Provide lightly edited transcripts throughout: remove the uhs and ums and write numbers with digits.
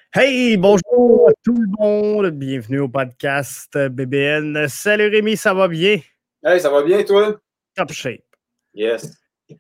Hey, bonjour à tout le monde. Bienvenue au podcast BBN. Salut Rémi, ça va bien? Hey, ça va bien, toi? Top shape. Yes.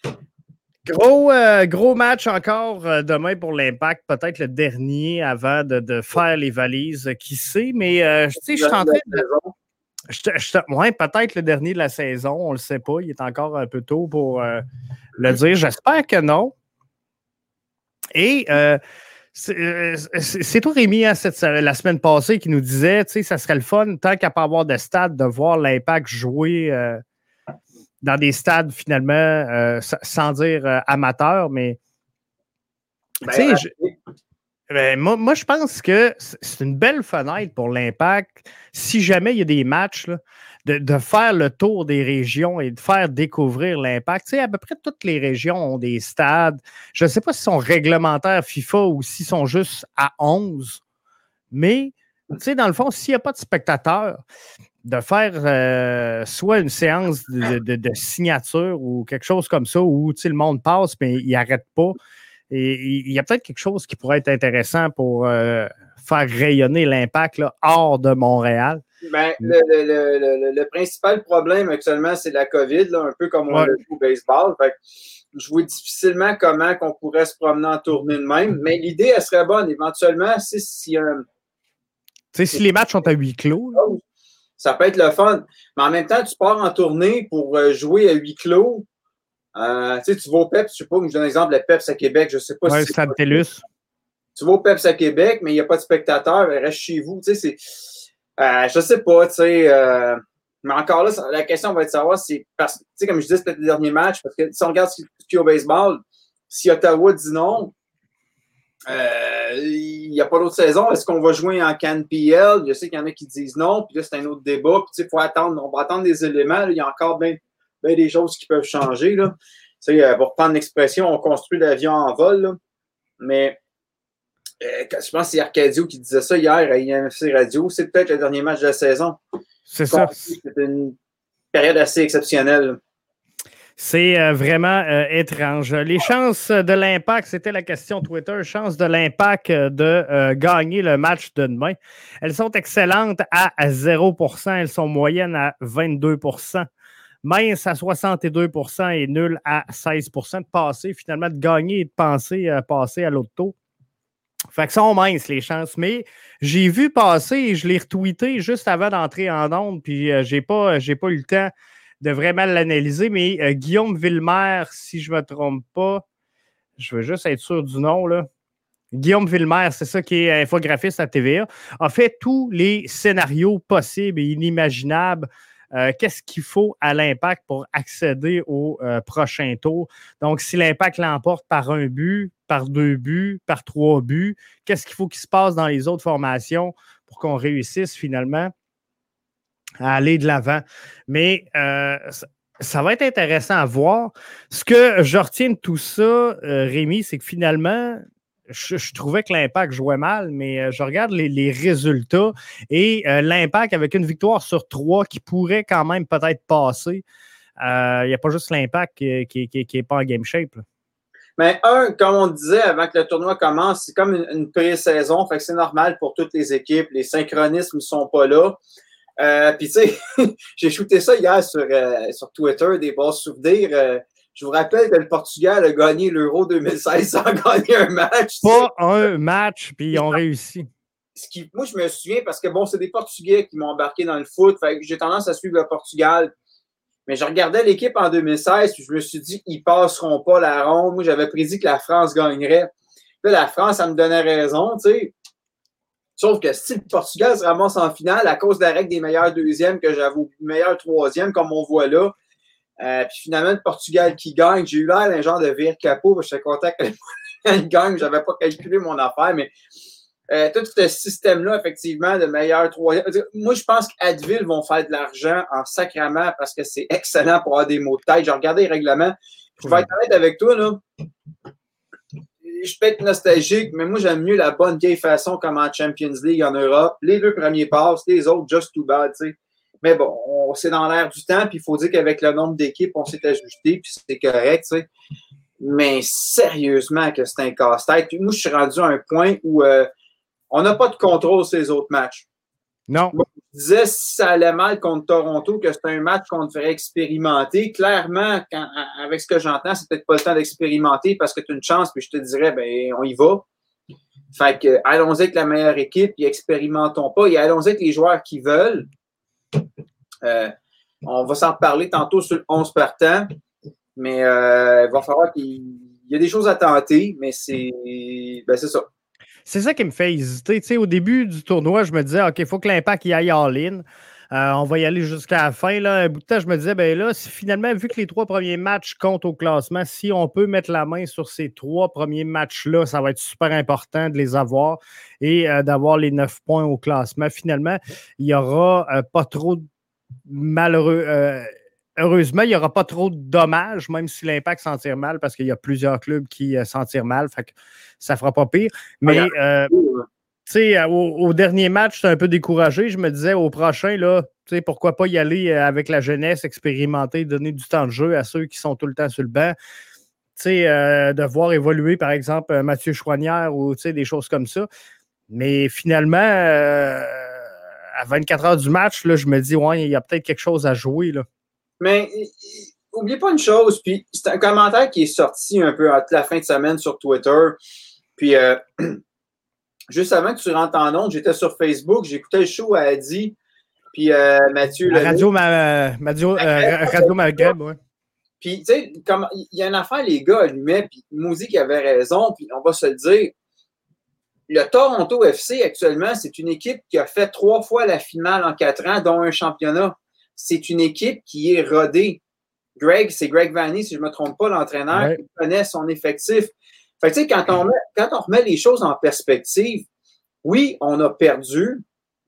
Gros match encore demain pour l'Impact. Peut-être le dernier avant de faire les valises. Qui sait? Mais tu sais, je suis en train de... Ouais, peut-être le dernier de la saison. On ne le sait pas. Il est encore un peu tôt pour le dire. J'espère que non. Et... c'est toi, Rémi, hein, la semaine passée, qui nous disait, tu sais, ça serait le fun, tant qu'à pas avoir de stade, de voir l'Impact jouer dans des stades, finalement, sans dire amateur, mais tu sais, moi, je pense que c'est une belle fenêtre pour l'Impact. Si jamais il y a des matchs, là, de faire le tour des régions et de faire découvrir l'Impact. Tu sais, à peu près toutes les régions ont des stades. Je ne sais pas s'ils sont réglementaires FIFA ou s'ils sont juste à 11. Mais, tu sais, dans le fond, s'il n'y a pas de spectateurs, de faire soit une séance de signature ou quelque chose comme ça où, tu sais, le monde passe, mais il n'arrête pas. Et il y a peut-être quelque chose qui pourrait être intéressant pour faire rayonner l'Impact là, hors de Montréal. Ben, le principal problème actuellement, c'est la COVID, là, un peu comme on l'a vu au baseball. Fait que je vois difficilement comment on pourrait se promener en tournée de même. Mais l'idée, elle serait bonne. Éventuellement, si les matchs sont à huis clos, là. Ça peut être le fun. Mais en même temps, tu pars en tournée pour jouer à huis clos. Tu vas au PEPS, je sais pas, je donne un exemple, le PEPS à Québec, je sais pas si c'est Stade TELUS. Tu vas au PEPS à Québec, mais il n'y a pas de spectateurs, ben reste chez vous. Tu sais, je sais pas, tu sais. Mais encore là, la question va être de savoir si, tu sais, comme je disais, peut-être le dernier match, parce que si on regarde ce qu'il y a au baseball, si Ottawa dit non, il n'y a pas d'autre saison. Est-ce qu'on va jouer en CanPL? Je sais qu'il y en a qui disent non, puis là, c'est un autre débat. Puis, tu sais, faut attendre, on va attendre des éléments. Là, il y a encore bien des choses qui peuvent changer. Là. Tu sais, pour reprendre l'expression, on construit l'avion en vol. Là. Mais je pense que c'est Arcadio qui disait ça hier à IMFC Radio. C'est peut-être le dernier match de la saison. C'est ça. C'est une période assez exceptionnelle. C'est vraiment étrange. Les chances de l'Impact, c'était la question Twitter, chances de l'Impact de gagner le match de demain. Elles sont excellentes à 0%, elles sont moyennes à 22%, minces à 62% et nulles à 16% de passer, finalement, de gagner et de passer à l'autre tour. Fait que sont minces les chances, mais j'ai vu passer et je l'ai retweeté juste avant d'entrer en onde, puis j'ai pas eu le temps de vraiment l'analyser, mais Guillaume Villemer, si je ne me trompe pas, je veux juste être sûr du nom, là. Guillaume Villemer, c'est ça qui est infographiste à TVA, a fait tous les scénarios possibles et inimaginables. Qu'est-ce qu'il faut à l'Impact pour accéder au prochain tour? Donc, si l'Impact l'emporte par 1 but, par 2 buts, par 3 buts, qu'est-ce qu'il faut qu'il se passe dans les autres formations pour qu'on réussisse finalement à aller de l'avant? Mais ça va être intéressant à voir. Ce que je retiens de tout ça, Rémi, c'est que finalement, je trouvais que l'Impact jouait mal, mais je regarde les résultats et l'Impact, avec une victoire sur 3 qui pourrait quand même peut-être passer, il n'y a pas juste l'Impact qui n'est pas en game shape, là. Mais comme on disait avant que le tournoi commence, c'est comme une pré-saison, fait que c'est normal pour toutes les équipes. Les synchronismes ne sont pas là. Puis, tu sais, j'ai shooté ça hier sur Twitter, des bons souvenirs. Je vous rappelle que le Portugal a gagné l'Euro 2016 sans gagner un match. Pas un match, puis ils ont réussi. Moi, je me souviens parce que, bon, c'est des Portugais qui m'ont embarqué dans le foot. Fait que j'ai tendance à suivre le Portugal. Mais je regardais l'équipe en 2016, puis je me suis dit, ils passeront pas la ronde. Moi, j'avais prédit que la France gagnerait. Puis là, la France, ça me donnait raison, tu sais. Sauf que si le Portugal se ramasse en finale à cause de la règle des meilleurs deuxièmes que j'avoue, meilleurs troisièmes, comme on voit là, puis finalement, le Portugal qui gagne, j'ai eu l'air d'un genre de vire capot, je suis content qu'il gagne, je n'avais pas calculé mon affaire, mais tout ce système-là, effectivement, de meilleurs troisièmes. Moi, je pense qu'Advil vont faire de l'argent en sacrament parce que c'est excellent pour avoir des mots de tête. J'ai regardé les règlements. Je vais être honnête avec toi, là. Je peux être nostalgique, mais moi, j'aime mieux la bonne vieille façon comme en Champions League en Europe. Les 2 premiers passes, les autres, just too bad, tu sais. Mais bon, c'est dans l'air du temps, puis il faut dire qu'avec le nombre d'équipes, on s'est ajusté, puis c'est correct, tu sais. Mais sérieusement que c'est un casse-tête. Puis moi, je suis rendu à un point où On n'a pas de contrôle sur les autres matchs. Non. Moi, je disais, si ça allait mal contre Toronto, que c'est un match qu'on devrait expérimenter. Clairement, avec ce que j'entends, c'est peut-être pas le temps d'expérimenter parce que tu as une chance, puis je te dirais, ben, on y va. Fait que, allons-y avec la meilleure équipe, puis expérimentons pas, et allons-y avec les joueurs qui veulent. On va s'en reparler tantôt sur le 11 partant, mais il va falloir qu'il y a des choses à tenter, mais c'est ça. C'est ça qui me fait hésiter. Tu sais, au début du tournoi, je me disais, OK, il faut que l'Impact y aille all-in. On va y aller jusqu'à la fin. Là. Un bout de temps, je me disais, ben là, si finalement, vu que les 3 premiers matchs comptent au classement, si on peut mettre la main sur ces 3 premiers matchs-là, ça va être super important de les avoir et d'avoir les 9 points au classement. Finalement, il n'y aura pas trop de malheureux. Heureusement, il n'y aura pas trop de dommages, même si l'Impact s'en tire mal, parce qu'il y a plusieurs clubs qui s'en tirent mal. Fait que ça ne fera pas pire. Mais tu sais, au dernier match, j'étais un peu découragé. Je me disais, au prochain, là, tu sais, pourquoi pas y aller avec la jeunesse, expérimenter, donner du temps de jeu à ceux qui sont tout le temps sur le banc. Tu sais, de voir évoluer, par exemple, Mathieu Choinière ou tu sais, des choses comme ça. Mais finalement, à 24 heures du match, là, je me dis, ouais, il y a peut-être quelque chose à jouer, là. Mais n'oubliez pas une chose, puis c'est un commentaire qui est sorti un peu à la fin de semaine sur Twitter. Puis juste avant que tu rentres en ondes, j'étais sur Facebook, j'écoutais le show à Adi, puis Mathieu. Radio Maghreb, oui. Puis, tu sais, il y a une affaire, les gars allumaient, puis Mouzy qui avait raison, puis on va se le dire. Le Toronto FC, actuellement, c'est une équipe qui a fait 3 fois la finale en 4 ans, dont un championnat. C'est une équipe qui est rodée. C'est Greg Vanney, si je ne me trompe pas, l'entraîneur, qui connaît son effectif. Fait que, tu sais, quand on remet les choses en perspective, oui, on a perdu,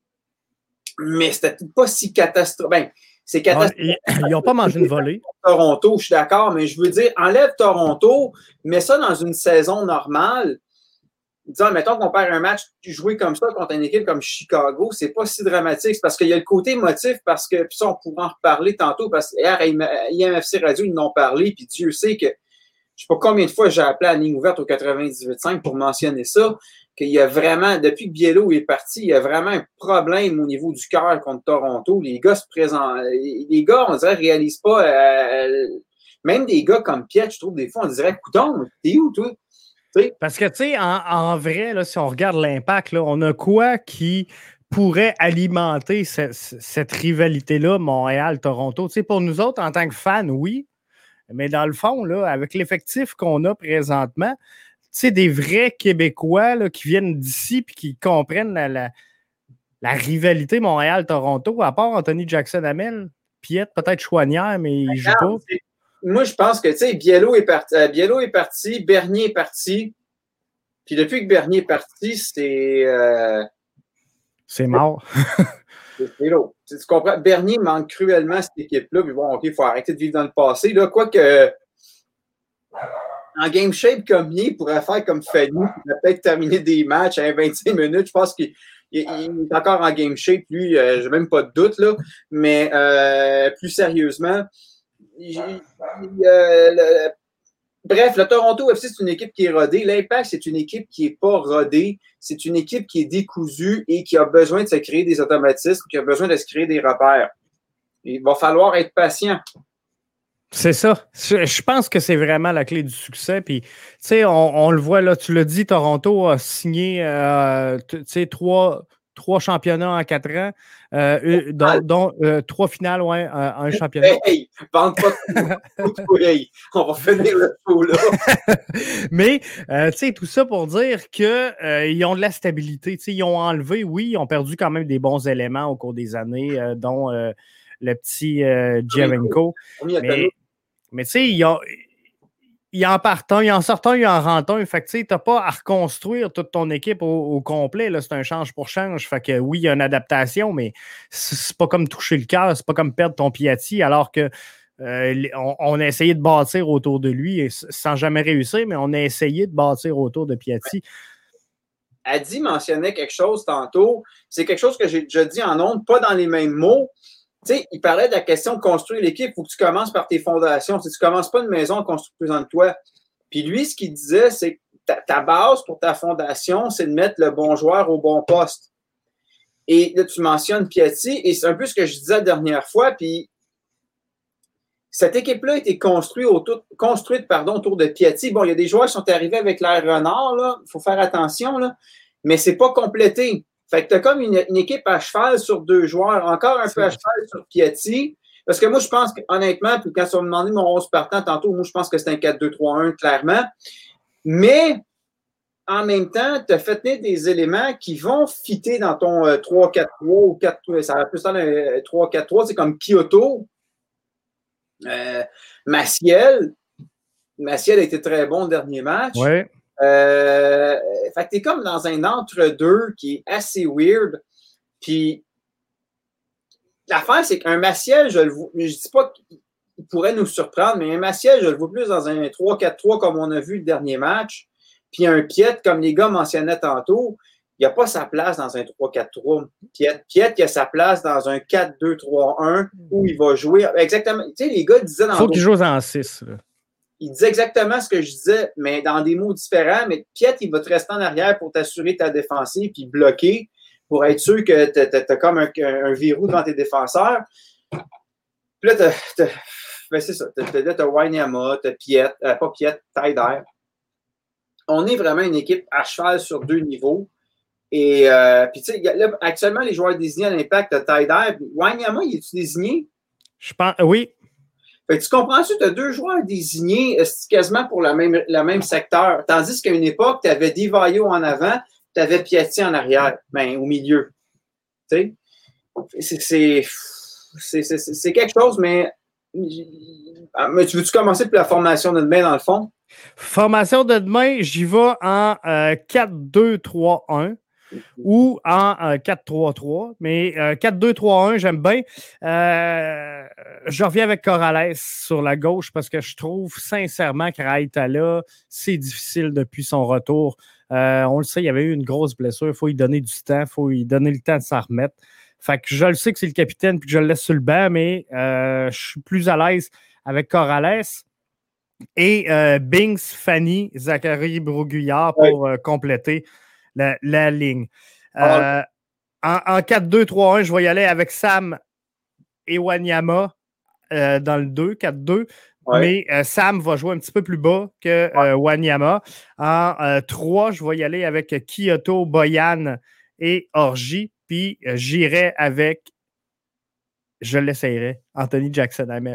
mais c'était pas si catastrophique. Ben, c'est catastrophique. Ils n'ont pas mangé une volée. Toronto, je suis d'accord, mais je veux dire, enlève Toronto, mets ça dans une saison normale. Disons, mettons qu'on perd un match joué comme ça contre une équipe comme Chicago, c'est pas si dramatique. C'est parce qu'il y a le côté émotif, parce que, puis ça, on pourra en reparler tantôt, parce que IMFC Radio, ils en ont parlé, puis Dieu sait que, je sais pas combien de fois j'ai appelé à la ligne ouverte au 98.5 pour mentionner ça, qu'il y a vraiment, depuis que Biello est parti, il y a vraiment un problème au niveau du cœur contre Toronto. Les gars se présentent, les gars, on dirait, réalisent pas, même des gars comme Piet, je trouve, des fois, on dirait, coudonc, t'es où, toi? Parce que, tu sais, en vrai, là, si on regarde l'Impact, là, on a quoi qui pourrait alimenter cette rivalité-là, Montréal-Toronto? Tu sais, pour nous autres, en tant que fans, oui, mais dans le fond, là, avec l'effectif qu'on a présentement, tu sais, des vrais Québécois là, qui viennent d'ici et qui comprennent la rivalité Montréal-Toronto, à part Anthony Jackson-Hamel, Piet, peut-être Choinière, mais il joue pas. Moi, je pense que, tu sais, Biello est parti, Bernier est parti. Puis depuis que Bernier est parti, c'est... c'est mort. c'est l'autre. Tu comprends? Bernier manque cruellement cette équipe-là. Puis bon, OK, il faut arrêter de vivre dans le passé. Là, quoique, en game shape comme il pourrait faire comme Fanny, il pourrait peut-être terminer des matchs à 25 minutes. Je pense qu'il est encore en game shape, lui. J'ai même pas de doute, là. Mais plus sérieusement... Bref, le Toronto FC, c'est une équipe qui est rodée. L'Impact, c'est une équipe qui n'est pas rodée. C'est une équipe qui est décousue et qui a besoin de se créer des automatismes, qui a besoin de se créer des repères. Il va falloir être patient. C'est ça. Je pense que c'est vraiment la clé du succès. Puis, tu sais, on le voit là, tu l'as dit, Toronto a signé, tu sais, trois championnats en 4 ans, dont 3 finales, ouais, un championnat. Hey, vente pas hey, on va finir le show, là. Mais, tu sais, tout ça pour dire qu'ils ont de la stabilité. Tu sais, ils ont enlevé, oui, ils ont perdu quand même des bons éléments au cours des années, dont le petit Giovenco. Mais tu sais, il en part un, il en sort un, il en rentre un. Fait que tu sais, t'as pas à reconstruire toute ton équipe au complet. Là, c'est un change pour change. Fait que oui, il y a une adaptation, mais c'est pas comme toucher le cœur, c'est pas comme perdre ton Piatti, alors que on a essayé de bâtir autour de lui sans jamais réussir, mais on a essayé de bâtir autour de Piatti. Adi mentionnait quelque chose tantôt. C'est quelque chose que j'ai déjà dit en ondes, pas dans les mêmes mots. Tu sais, il parlait de la question de construire l'équipe. Il faut que tu commences par tes fondations. Si tu ne commences pas une maison en construisant de toi. Puis lui, ce qu'il disait, c'est que ta base pour ta fondation, c'est de mettre le bon joueur au bon poste. Et là, tu mentionnes Piatti, et c'est un peu ce que je disais la dernière fois, puis cette équipe-là a été construite autour de Piatti. Bon, il y a des joueurs qui sont arrivés avec l'air renard, là, il faut faire attention, là, mais c'est pas complété. Fait que tu as comme une équipe à cheval sur 2 joueurs, encore un peu à cheval sur Piatti. Parce que moi, je pense honnêtement, puis quand tu m'as demandé mon 11 partant tantôt, moi, je pense que c'est un 4-2-3-1, clairement. Mais en même temps, tu as fait tenir des éléments qui vont fitter dans ton 3-4-3 ou 4, ça va plus être un 3-4-3, c'est comme Kyoto, Maciel. Maciel a été très bon au dernier match. Ouais. Fait que tu es comme dans un entre-deux qui est assez weird. Puis l'affaire, c'est qu'un Maciel, je dis pas qu'il pourrait nous surprendre, mais un Maciel, je le vois plus dans un 3-4-3 comme on a vu le dernier match. Puis un Piet, comme les gars mentionnaient tantôt, il n'a pas sa place dans un 3-4-3. Piet, il a sa place dans un 4-2-3-1 où il va jouer exactement. Tu sais, les gars disaient dans. Il faut qu'il joue en 6. Là. Il disait exactement ce que je disais, mais dans des mots différents. Mais Piet, il va te rester en arrière pour t'assurer ta défensive puis bloquer pour être sûr que tu as comme un verrou devant tes défenseurs. Puis là, c'est ça. Là, tu as Wanyama, tu as Piet, pas Piet, Taider. On est vraiment une équipe à cheval sur 2 niveaux. Et puis, tu sais, là, actuellement, les joueurs désignés à l'Impact, tu as Taider. Wanyama, il est-tu désigné? Je pense, oui. Fait que tu comprends-tu, tu as 2 joueurs désignés quasiment pour le même secteur. Tandis qu'à une époque, tu avais Divaio en avant, tu avais Piatti en arrière, au milieu. Tu sais, c'est quelque chose, mais tu veux-tu commencer pour la formation de demain, dans le fond? Formation de demain, j'y vais en 4-2-3-1 ou en 4-3-3. Mais 4-2-3-1, j'aime bien. Je reviens avec Corrales sur la gauche parce que je trouve sincèrement que Raitala, c'est difficile depuis son retour. On le sait, il y avait eu une grosse blessure. Il faut lui donner du temps. Il faut lui donner le temps de s'en remettre. Fait que je le sais que c'est le capitaine puis que je le laisse sur le banc, mais je suis plus à l'aise avec Corrales. Et Binks, Fanny, Zachary Broguillard pour compléter la ligne. En 4-2-3-1, je vais y aller avec Sam et Wanyama dans le 2-4-2. Ouais. Mais Sam va jouer un petit peu plus bas que Wanyama. En 3, je vais y aller avec Kyoto, Boyan et Orji. Puis j'irai avec, je l'essayerai, Anthony Jackson-Hamel.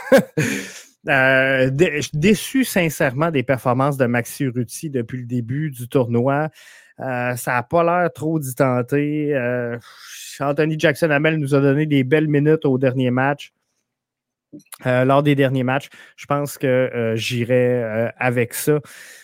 Déçu sincèrement des performances de Maxi Urruti depuis le début du tournoi. Ça n'a pas l'air trop d'y tenter. Anthony Jackson-Hamel nous a donné des belles minutes au dernier match. Lors des derniers matchs, je pense que j'irai avec ça.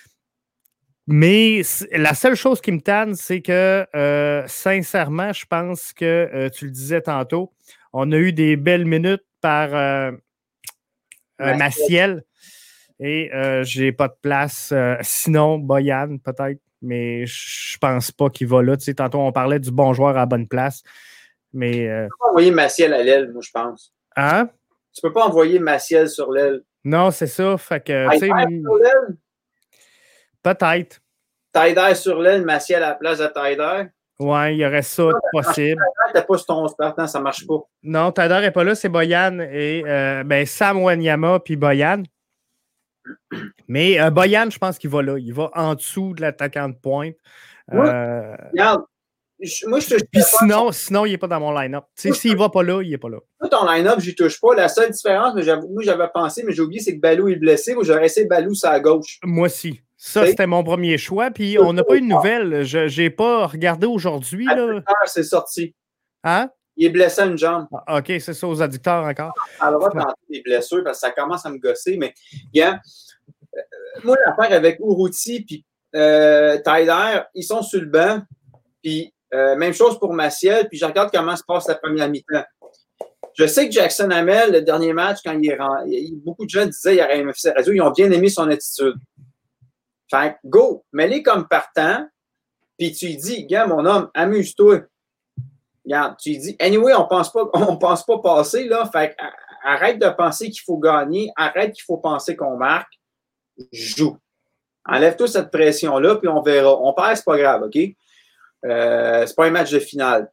Mais la seule chose qui me tanne, c'est que sincèrement, je pense que tu le disais tantôt, on a eu des belles minutes par Maciel et j'ai pas de place. Sinon, Boyan, peut-être, mais je pense pas qu'il va là. Tu sais, tantôt, on parlait du bon joueur à la bonne place. Mais. Tu peux pas envoyer Maciel à l'aile, moi, je pense. Hein? Tu peux pas envoyer Maciel sur l'aile. Non, c'est ça. Fait que. Sur l'aile? Peut-être. Taider sur l'aile, Maciel à la place de Taider. Ouais, il y aurait ça possible. T'as pas sur ton 11 partant, ça marche pas. Non, Taider n'est pas là, c'est Boyan et Sam Wanyama puis Boyan. Mais Boyan, je pense qu'il va là. Il va en dessous de l'attaquant de pointe. Regarde, moi, je te puis sinon, il n'est pas dans mon line-up. S'il ne va pas là, il n'est pas là. Moi, ton line-up, je n'y touche pas. La seule différence, moi, j'avais pensé, mais j'ai oublié, c'est que Balou est blessé. Moi, j'aurais essayé Balou sur la gauche. Moi aussi. Ça, c'était mon premier choix. Puis on n'a pas eu de nouvelles. Je n'ai pas regardé aujourd'hui. C'est sorti. Hein? Il est blessé à une jambe. OK, c'est ça, aux adducteurs encore. Alors, on va tenter des blessures parce que ça commence à me gosser. Mais, yeah, moi, l'affaire avec Urruti puis Taider, ils sont sur le banc. Puis, même chose pour Maciel. Puis, je regarde comment se passe la première mi-temps. Je sais que Jackson-Hamel, le dernier match, quand beaucoup de gens disaient qu'il y aurait MFC Radio, ils ont bien aimé son attitude. Fait go, mets-les comme partant, puis tu lui dis, gars, mon homme, amuse-toi. Regarde, tu lui dis, anyway, on pense pas passer, là. Fait arrête de penser qu'il faut gagner, arrête qu'il faut penser qu'on marque, joue. Enlève-toi cette pression-là, puis on verra. On perd, c'est pas grave, OK? C'est pas un match de finale.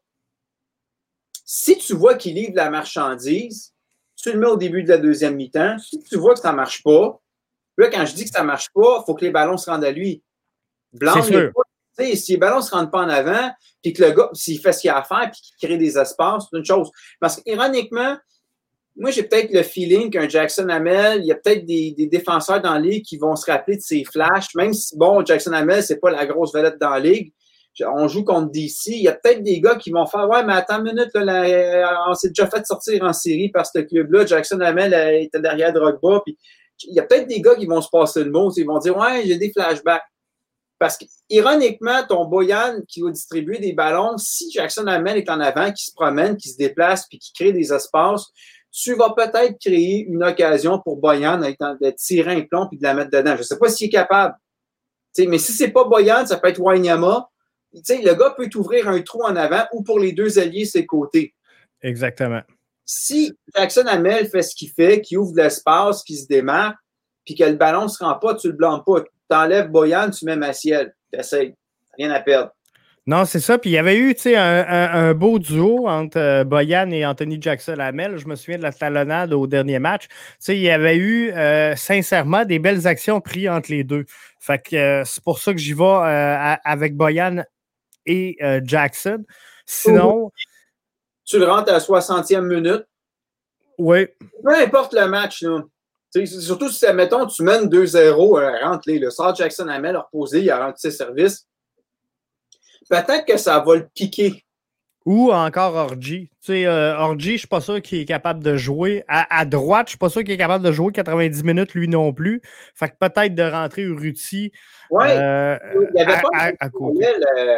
Si tu vois qu'il livre la marchandise, tu le mets au début de la deuxième mi-temps. Si tu vois que ça marche pas, là, quand je dis que ça marche pas, il faut que les ballons se rendent à lui. Blâme-les pas. Si les ballons ne se rendent pas en avant, puis que le gars, s'il fait ce qu'il a à faire, puis qu'il crée des espaces, c'est une chose. Parce qu'ironiquement, moi, j'ai peut-être le feeling qu'un Jackson Hamel, il y a peut-être des défenseurs dans la ligue qui vont se rappeler de ses flashs, même si, bon, Jackson Hamel, c'est pas la grosse vedette dans la ligue. On joue contre DC. Il y a peut-être des gars qui vont faire « Ouais, mais attends une minute, on s'est déjà fait sortir en série par ce club-là. Jackson Hamel était derrière Drogba. » Puis il y a peut-être des gars qui vont se passer le mot. Ils vont dire « Ouais, j'ai des flashbacks. » Parce qu'ironiquement, ton Boyan qui va distribuer des ballons, si Jackson Hamel est en avant, qui se promène, qui se déplace, puis qui crée des espaces, tu vas peut-être créer une occasion pour Boyan de tirer un plomb puis de la mettre dedans. Je ne sais pas s'il est capable. Mais si ce n'est pas Boyan, ça peut être Wanyama. Le gars peut t'ouvrir un trou en avant ou pour les deux alliés, ses côtés. Exactement. Si Jackson Hamel fait ce qu'il fait, qu'il ouvre de l'espace, qu'il se démarre, puis que le ballon ne se rend pas, tu ne le blâmes pas. Tu enlèves Boyan, tu mets Maciel. Tu essaies. Rien à perdre. Non, c'est ça. Puis il y avait eu un beau duo entre Boyan et Anthony Jackson-Hamel. Je me souviens de la talonnade au dernier match. Il y avait eu sincèrement des belles actions prises entre les deux. Fait que c'est pour ça que j'y vais avec Boyan et Jackson. Sinon. Tu le rentres à la 60e minute. Oui. Peu importe le match, là. Surtout si, mettons, tu mènes 2-0, rentre-les. Le sort Jackson-Hamel a reposé, il a rendu ses services. Peut-être que ça va le piquer. Ou encore Orji. Orji, je ne suis pas sûr qu'il est capable de jouer. À droite, je ne suis pas sûr qu'il est capable de jouer 90 minutes, lui non plus. Fait que peut-être de rentrer Urruti il y avait pas à côté.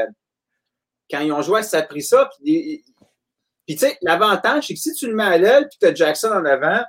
Quand ils ont joué à Saprissa. Puis, tu sais, l'avantage, c'est que si tu le mets à l'aile puis tu as Jackson en avant,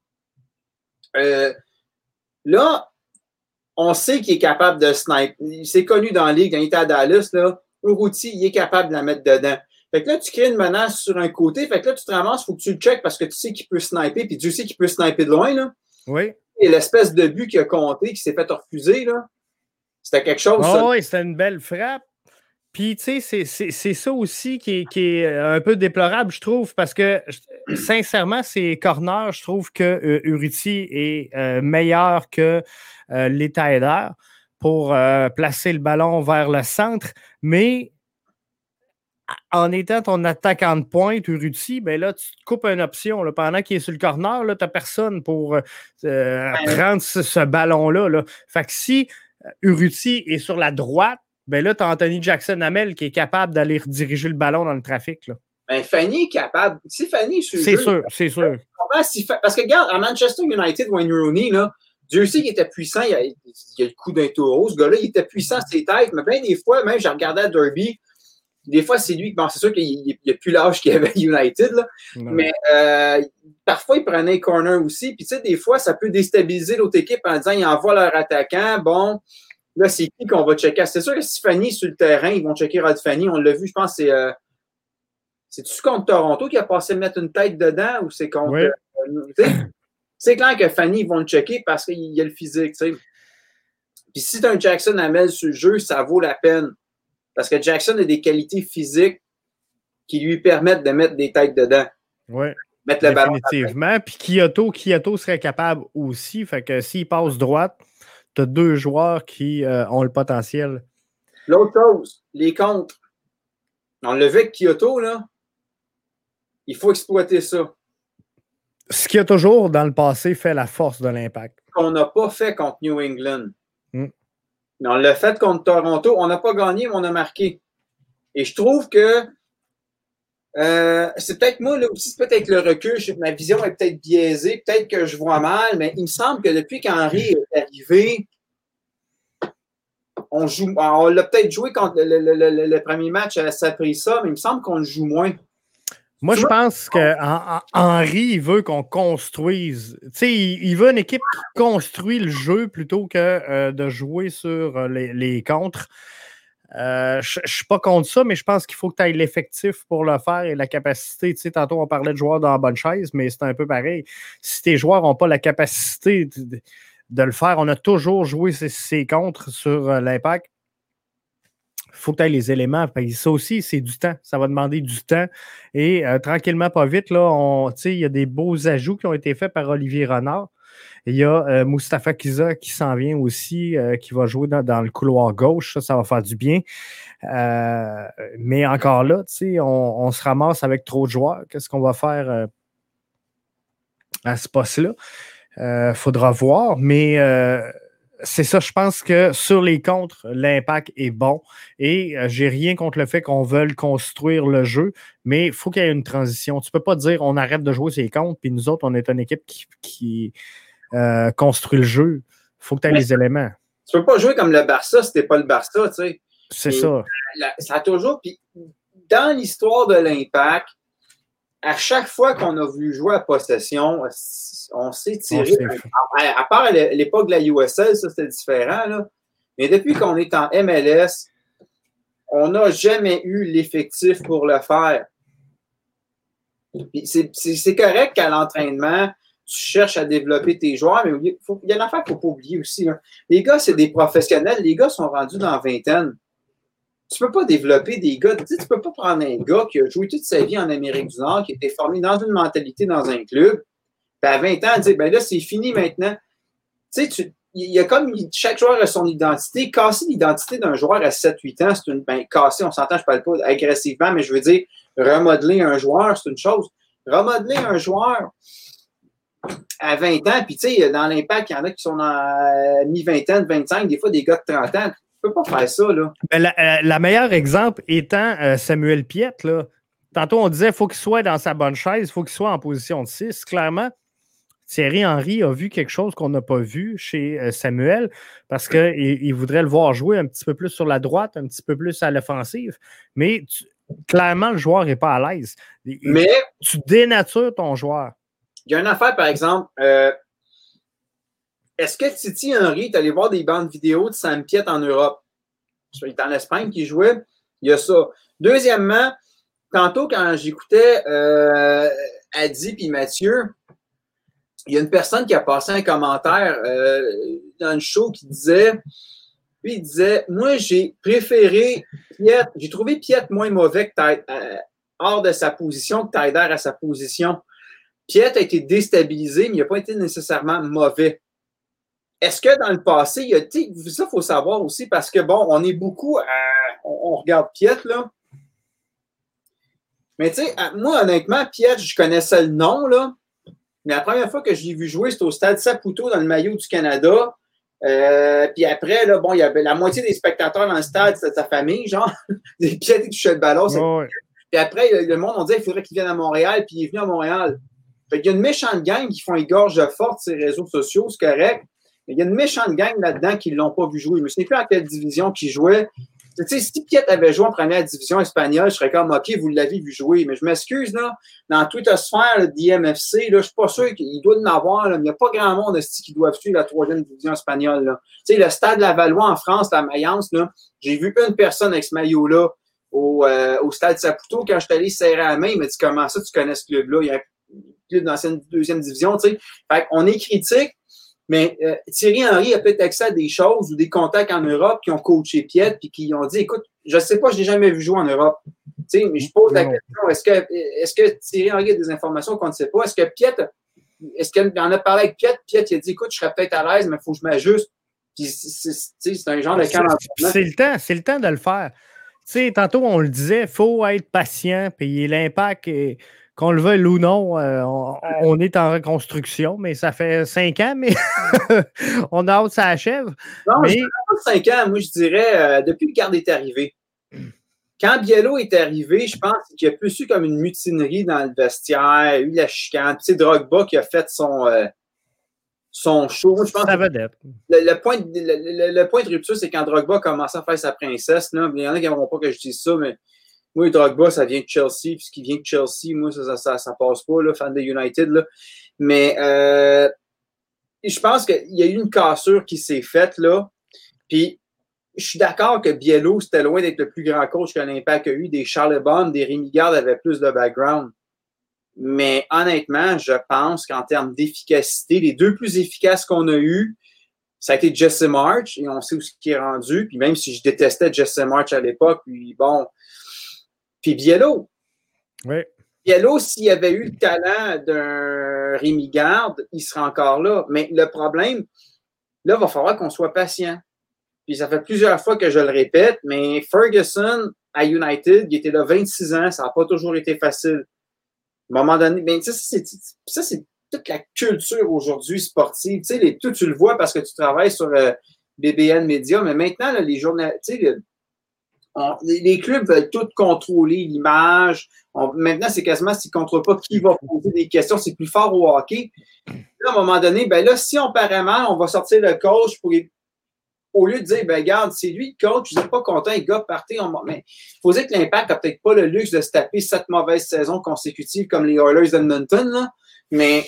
là, on sait qu'il est capable de sniper. C'est connu dans la ligue, quand il était à Dallas, là, Urruti, il est capable de la mettre dedans. Fait que là, tu crées une menace sur un côté. Fait que là, tu te ramasses, il faut que tu le checkes parce que tu sais qu'il peut sniper, puis tu sais qu'il peut sniper de loin, là. Oui. Et l'espèce de but qu'il a compté, qui s'est fait refuser, là, c'était quelque chose. Oui, c'était une belle frappe. Puis, tu sais, c'est ça aussi qui est un peu déplorable, je trouve, parce que, sincèrement, ces corners, je trouve que Urruti est meilleur que Letaider pour placer le ballon vers le centre, mais en étant ton attaquant de pointe, Urruti, ben là, tu te coupes une option. Là. Pendant qu'il est sur le corner, tu n'as personne pour prendre ce ballon-là. Là. Fait que si Urruti est sur la droite, ben là, tu as Anthony Jackson-Hamel qui est capable d'aller rediriger le ballon dans le trafic. Là. Ben, Fanny est capable. Si Fanny est sur le jeu, c'est sûr. Parce que regarde, à Manchester United, Wayne Rooney, là, Dieu sait qu'il était puissant. Il a le coup d'un taureau. Ce gars-là, il était puissant ses têtes. Mais bien des fois, même, j'ai regardé à Derby. Des fois, c'est lui. Bon, c'est sûr qu'il n'a plus l'âge qu'il avait à United, là. Mais parfois, il prenait corner aussi. Puis, tu sais, des fois, ça peut déstabiliser l'autre équipe en disant ils envoient leur attaquant. Bon, là, c'est qui qu'on va checker? C'est sûr que si Fanny est sur le terrain, ils vont checker Rod Fanny. On l'a vu, je pense, c'est-tu contre Toronto qui a passé mettre une tête dedans ou c'est contre. Oui. C'est clair que Fanny, ils vont le checker parce qu'il y a le physique, tu sais. Puis si tu as un Jackson Hamel sur le jeu, ça vaut la peine. Parce que Jackson a des qualités physiques qui lui permettent de mettre des têtes dedans. Oui. Mettre le ballon. Définitivement. Puis Kyoto serait capable aussi. Fait que s'il passe droite, tu as deux joueurs qui ont le potentiel. L'autre chose, les contres. On l'a vu avec Kyoto, là. Il faut exploiter ça. Ce qui a toujours, dans le passé, fait la force de l'Impact. On n'a pas fait contre New England. Mais on l'a fait contre Toronto. On n'a pas gagné, mais on a marqué. Et je trouve que c'est peut-être moi, là aussi, c'est peut-être le recul. Ma vision est peut-être biaisée. Peut-être que je vois mal, mais il me semble que depuis qu'Henry est arrivé, on l'a peut-être joué contre le premier match à Saprissa, mais il me semble qu'on le joue moins. Moi, je pense qu'Henry, il veut qu'on construise. Tu sais, il veut une équipe qui construit le jeu plutôt que de jouer sur les contres. Je ne suis pas contre ça, mais je pense qu'il faut que tu aies l'effectif pour le faire et la capacité. Tu sais, tantôt, on parlait de joueurs dans la bonne chaise, mais c'est un peu pareil. Si tes joueurs n'ont pas la capacité de le faire. On a toujours joué ces contres sur l'Impact. Il faut que tu aies les éléments. Ça aussi, c'est du temps. Ça va demander du temps. Et tranquillement, pas vite, là, il y a des beaux ajouts qui ont été faits par Olivier Renard. Il y a Mustapha Kiza qui s'en vient aussi, qui va jouer dans le couloir gauche. Ça va faire du bien. Mais encore là, on se ramasse avec trop de joueurs. Qu'est-ce qu'on va faire à ce poste-là? Faudra voir. Mais c'est ça, je pense que sur les contres, l'impact est bon. Et j'ai rien contre le fait qu'on veuille construire le jeu, mais il faut qu'il y ait une transition. Tu ne peux pas dire on arrête de jouer ces contres, puis nous autres, on est une équipe qui construit le jeu. Il faut que tu aies les éléments. Tu ne peux pas jouer comme le Barça si tu n'es pas le Barça, tu sais. C'est ça. Ça a toujours. Puis dans l'histoire de l'Impact, à chaque fois qu'on a vu jouer à possession, on s'est tiré. À part l'époque de la USL, ça c'était différent, là. Mais depuis qu'on est en MLS, on n'a jamais eu l'effectif pour le faire. C'est correct qu'à l'entraînement, tu cherches à développer tes joueurs, mais il y a une affaire qu'il ne faut pas oublier aussi. Là. Les gars, c'est des professionnels. Les gars sont rendus dans la vingtaine. Tu ne peux pas développer des gars. Tu ne peux pas prendre un gars qui a joué toute sa vie en Amérique du Nord, qui a été formé dans une mentalité dans un club, puis à 20 ans, dire, ben là, c'est fini maintenant. Tu sais, il y a comme chaque joueur a son identité. Casser l'identité d'un joueur à 7-8 ans, c'est une. Ben, casser, on s'entend, je ne parle pas agressivement, mais je veux dire, remodeler un joueur, c'est une chose. Remodeler un joueur à 20 ans, puis tu sais, dans l'Impact, il y en a qui sont dans mi-vingtaine, 25, des fois des gars de 30 ans. Tu peux pas faire ça, là. Ben, la meilleure exemple étant Samuel Piette, là. Tantôt, on disait qu'il faut qu'il soit dans sa bonne chaise, il faut qu'il soit en position de 6. Clairement, Thierry Henry a vu quelque chose qu'on n'a pas vu chez Samuel parce qu'il voudrait le voir jouer un petit peu plus sur la droite, un petit peu plus à l'offensive. Mais clairement, le joueur n'est pas à l'aise. Mais tu dénatures ton joueur. Il y a une affaire, par exemple. Est-ce que Titi Henry est allé voir des bandes vidéo de Sam Piette en Europe? Il est en Espagne qui jouait. Il y a ça. Deuxièmement, tantôt, quand j'écoutais Adi et Mathieu, il y a une personne qui a passé un commentaire dans le show qui disait, lui, il disait, moi, j'ai préféré Piette, j'ai trouvé Piette moins mauvais que hors de sa position que Taider à sa position. Piette a été déstabilisé, mais il n'a pas été nécessairement mauvais. Est-ce que dans le passé, ça, il faut savoir aussi, parce que, bon, on est beaucoup on regarde Piette, là. Mais, tu sais, moi, honnêtement, Piette, je connaissais le nom, là. Mais la première fois que je l'ai vu jouer, c'était au Stade Saputo dans le maillot du Canada. Puis après, là, bon, il y avait la moitié des spectateurs dans le stade, c'était sa famille, genre. Des Piette qui touchaient le ballon. Ouais. Puis après, le monde, on disait qu'il faudrait qu'il vienne à Montréal, puis il est venu à Montréal. Fait qu'il y a une méchante gang qui font une gorge forte sur les réseaux sociaux, c'est correct. Mais il y a une méchante gang là-dedans qui ne l'ont pas vu jouer. Je ne sais plus à quelle division qu'il jouait. Tu sais, si Piette avait joué en première division espagnole, je serais comme, OK, vous l'avez vu jouer. Mais je m'excuse, là, dans la twittosphère d'IMFC, là, je ne suis pas sûr qu'il doit en avoir, là, mais il n'y a pas grand monde qui doit suivre la troisième division espagnole, là. Tu sais, le Stade Lavallois en France, la Mayence, là, j'ai vu une personne avec ce maillot-là au Stade Saputo. Quand je suis allé serrer la main, il m'a dit, comment ça, tu connais ce club-là? Il y a un club dans la deuxième division, tu sais. Fait qu'on est critique. Mais Thierry Henry a peut-être accès à des choses ou des contacts en Europe qui ont coaché Piette et qui ont dit, écoute, je ne sais pas, je ne l'ai jamais vu jouer en Europe. Tu sais, mais je pose la question, est-ce que Thierry Henry a des informations qu'on ne sait pas? Est-ce que Piette, est-ce qu'il en a parlé avec Piette? Piette, il a dit, écoute, je serais peut-être à l'aise, mais il faut que je m'ajuste. Puis c'est un genre de calendrier. C'est le temps de le faire. Tu sais, tantôt, on le disait, il faut être patient, puis l'impact est. Qu'on le veuille ou non, on est en reconstruction, mais ça fait 5 ans, mais on a hâte que ça achève. Non, mais... 5 ans, moi, je dirais, depuis que Garde est arrivé. Quand Biello est arrivé, je pense qu'il y a plus eu comme une mutinerie dans le vestiaire, il y a eu la chicane. Tu sais, Drogba qui a fait son show. Moi, je pense ça va d'être. Le point de rupture, c'est quand Drogba a commencé à faire sa princesse. Là. Il y en a qui n'aimeront pas que je dise ça, mais moi, Drogba, ça vient de Chelsea. Puis ce qui vient de Chelsea, moi, ça passe pas, là, fan de United. Là. Mais je pense qu'il y a eu une cassure qui s'est faite, là. Puis je suis d'accord que Biello, c'était loin d'être le plus grand coach que l'Impact a eu. Des Charlebourne, des Rémi Garde avaient plus de background. Mais honnêtement, je pense qu'en termes d'efficacité, les deux plus efficaces qu'on a eus, ça a été Jesse March, et on sait où ce qui est rendu. Puis même si je détestais Jesse March à l'époque, puis bon. Puis Biello. Oui. Biello, s'il avait eu le talent d'un Rémi Garde, il serait encore là. Mais le problème, là, il va falloir qu'on soit patient. Puis ça fait plusieurs fois que je le répète, mais Ferguson à United, il était là 26 ans, ça n'a pas toujours été facile. À un moment donné, ben, ça, c'est toute la culture aujourd'hui sportive. Tu sais, tu le vois parce que tu travailles sur BBN Media, mais maintenant, là, les journalistes, les clubs veulent tout contrôler, l'image. Maintenant, c'est quasiment s'ils ne contrôlent pas qui va poser des questions, c'est plus fort au hockey. Là, à un moment donné, ben là, si on paraît mal, on va sortir le coach pour au lieu de dire, ben regarde, c'est lui le coach, vous n'êtes pas content, les gars, partez. Mais il faut dire que l'Impact n'a peut-être pas le luxe de se taper 7 mauvaises saisons consécutives comme les Oilers d'Edmonton, là. Mais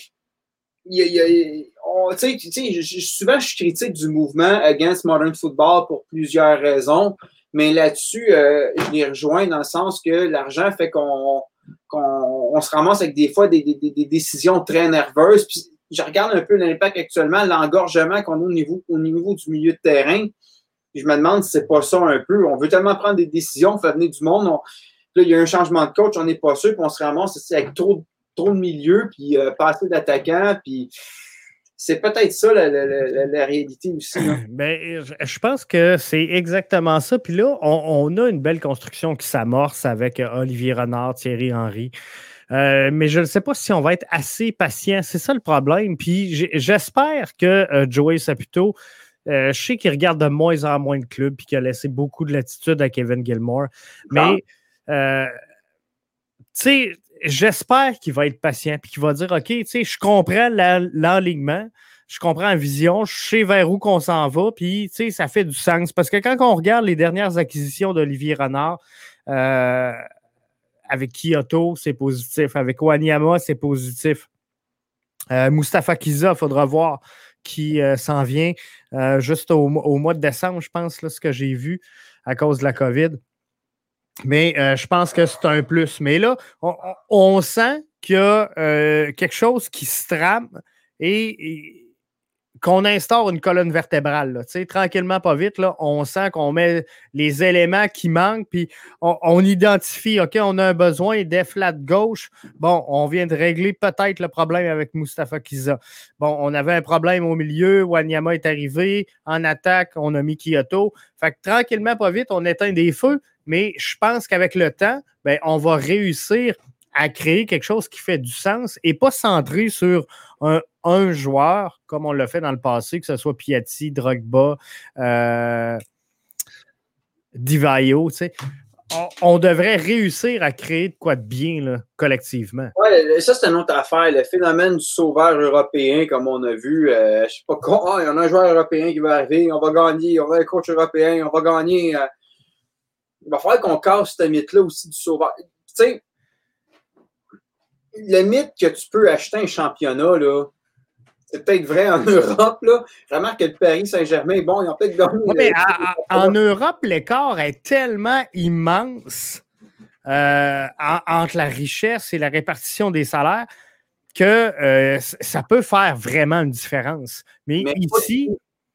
souvent, je suis critique du mouvement Against Modern Football pour plusieurs raisons. Mais là-dessus, je les rejoins dans le sens que l'argent fait qu'on se ramasse avec des fois des décisions très nerveuses. Puis, je regarde un peu l'Impact actuellement, l'engorgement qu'on a au niveau du milieu de terrain. Puis je me demande si c'est pas ça un peu. On veut tellement prendre des décisions, faire venir du monde. Là, il y a un changement de coach, on n'est pas sûr, puis on se ramasse avec trop de milieu, puis pas assez d'attaquants, puis c'est peut-être ça la réalité aussi. Ben, je pense que c'est exactement ça. Puis là, on a une belle construction qui s'amorce avec Olivier Renard, Thierry Henry. Mais je ne sais pas si on va être assez patient. C'est ça le problème. Puis j'espère que Joey Saputo, je sais qu'il regarde de moins en moins de clubs puis qu'il a laissé beaucoup de latitude à Kevin Gilmore. Mais, tu sais, j'espère qu'il va être patient puis qu'il va dire, OK, tu sais, je comprends l'enlignement, je comprends la vision, je sais vers où qu'on s'en va, puis, tu sais, ça fait du sens. Parce que quand on regarde les dernières acquisitions d'Olivier Renard, avec Kyoto, c'est positif. Avec Wanyama, c'est positif. Mustapha Kiza, il faudra voir qui s'en vient juste au mois de décembre, je pense, là, ce que j'ai vu à cause de la COVID. Mais je pense que c'est un plus. Mais là, on sent qu'il y a quelque chose qui se trame et qu'on instaure une colonne vertébrale. Là, tranquillement, pas vite, là, on sent qu'on met les éléments qui manquent, puis on identifie, OK, on a un besoin def flat gauche. Bon, on vient de régler peut-être le problème avec Mustapha Kiza. Bon, on avait un problème au milieu, Wanyama est arrivé, en attaque, on a mis Kyoto. Fait que tranquillement, pas vite, on éteint des feux, mais je pense qu'avec le temps, ben, on va réussir à créer quelque chose qui fait du sens et pas centré sur un joueur, comme on l'a fait dans le passé, que ce soit Piatti, Drogba, Divaio, tu sais. On devrait réussir à créer de quoi de bien, là, collectivement. Oui, ça, c'est une autre affaire. Le phénomène du sauveur européen, comme on a vu, je ne sais pas quoi, il y en a un joueur européen qui va arriver, on va gagner, on va un coach européen, on va gagner. Il va falloir qu'on casse ce mythe-là aussi du sauveur. Tu sais, le mythe que tu peux acheter un championnat, là, c'est peut-être vrai en Europe, là. Je remarque que le Paris Saint-Germain, bon, ils ont peut-être gagné. Ouais, en Europe, l'écart est tellement immense entre la richesse et la répartition des salaires que ça peut faire vraiment une différence. Mais ici...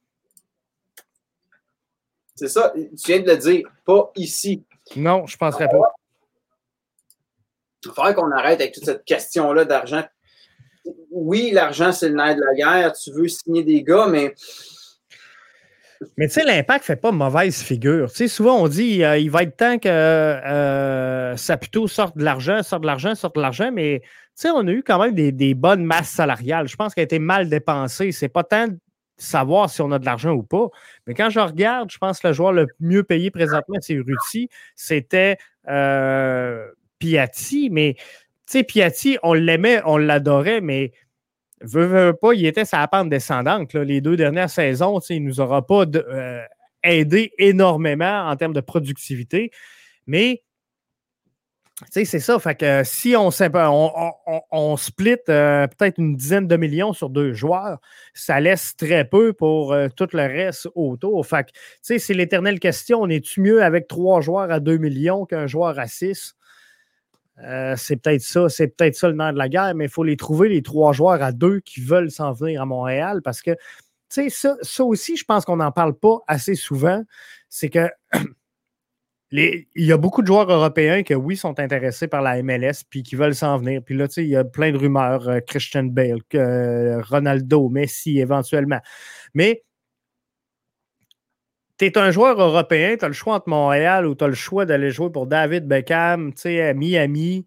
C'est ça, tu viens de le dire, pas ici. Non, je ne penserais pas. Il faudrait qu'on arrête avec toute cette question-là d'argent. Oui, l'argent, c'est le nerf de la guerre. Tu veux signer des gars, mais... Mais tu sais, l'Impact ne fait pas mauvaise figure. Tu sais, souvent, on dit il va être temps que Saputo sorte de l'argent, mais tu sais, on a eu quand même des bonnes masses salariales. Je pense qu'elle a été mal dépensée. C'est pas tant de savoir si on a de l'argent ou pas. Mais quand je regarde, je pense que le joueur le mieux payé présentement, c'est Urruti. C'était Piatti, mais tu sais, Piatti, on l'aimait, on l'adorait, mais veut pas, il était sa pente descendante. Là. Les 2 dernières saisons, il ne nous aura pas aidé énormément en termes de productivité. Mais c'est ça. Fait que si on split peut-être une dizaine de millions sur 2 joueurs, ça laisse très peu pour tout le reste autour. Fait que c'est l'éternelle question. On est-tu mieux avec 3 joueurs à 2 millions qu'un joueur à 6? C'est peut-être ça le nerf de la guerre, mais il faut les trouver, les 3 joueurs à 2 qui veulent s'en venir à Montréal parce que tu sais, ça aussi, je pense qu'on n'en parle pas assez souvent. C'est que il y a beaucoup de joueurs européens qui, oui, sont intéressés par la MLS puis qui veulent s'en venir. Puis là, tu sais, il y a plein de rumeurs. Christian Bale, Ronaldo, Messi, éventuellement. Mais tu es un joueur européen, tu as le choix entre Montréal ou tu as le choix d'aller jouer pour David Beckham, tu sais, à Miami.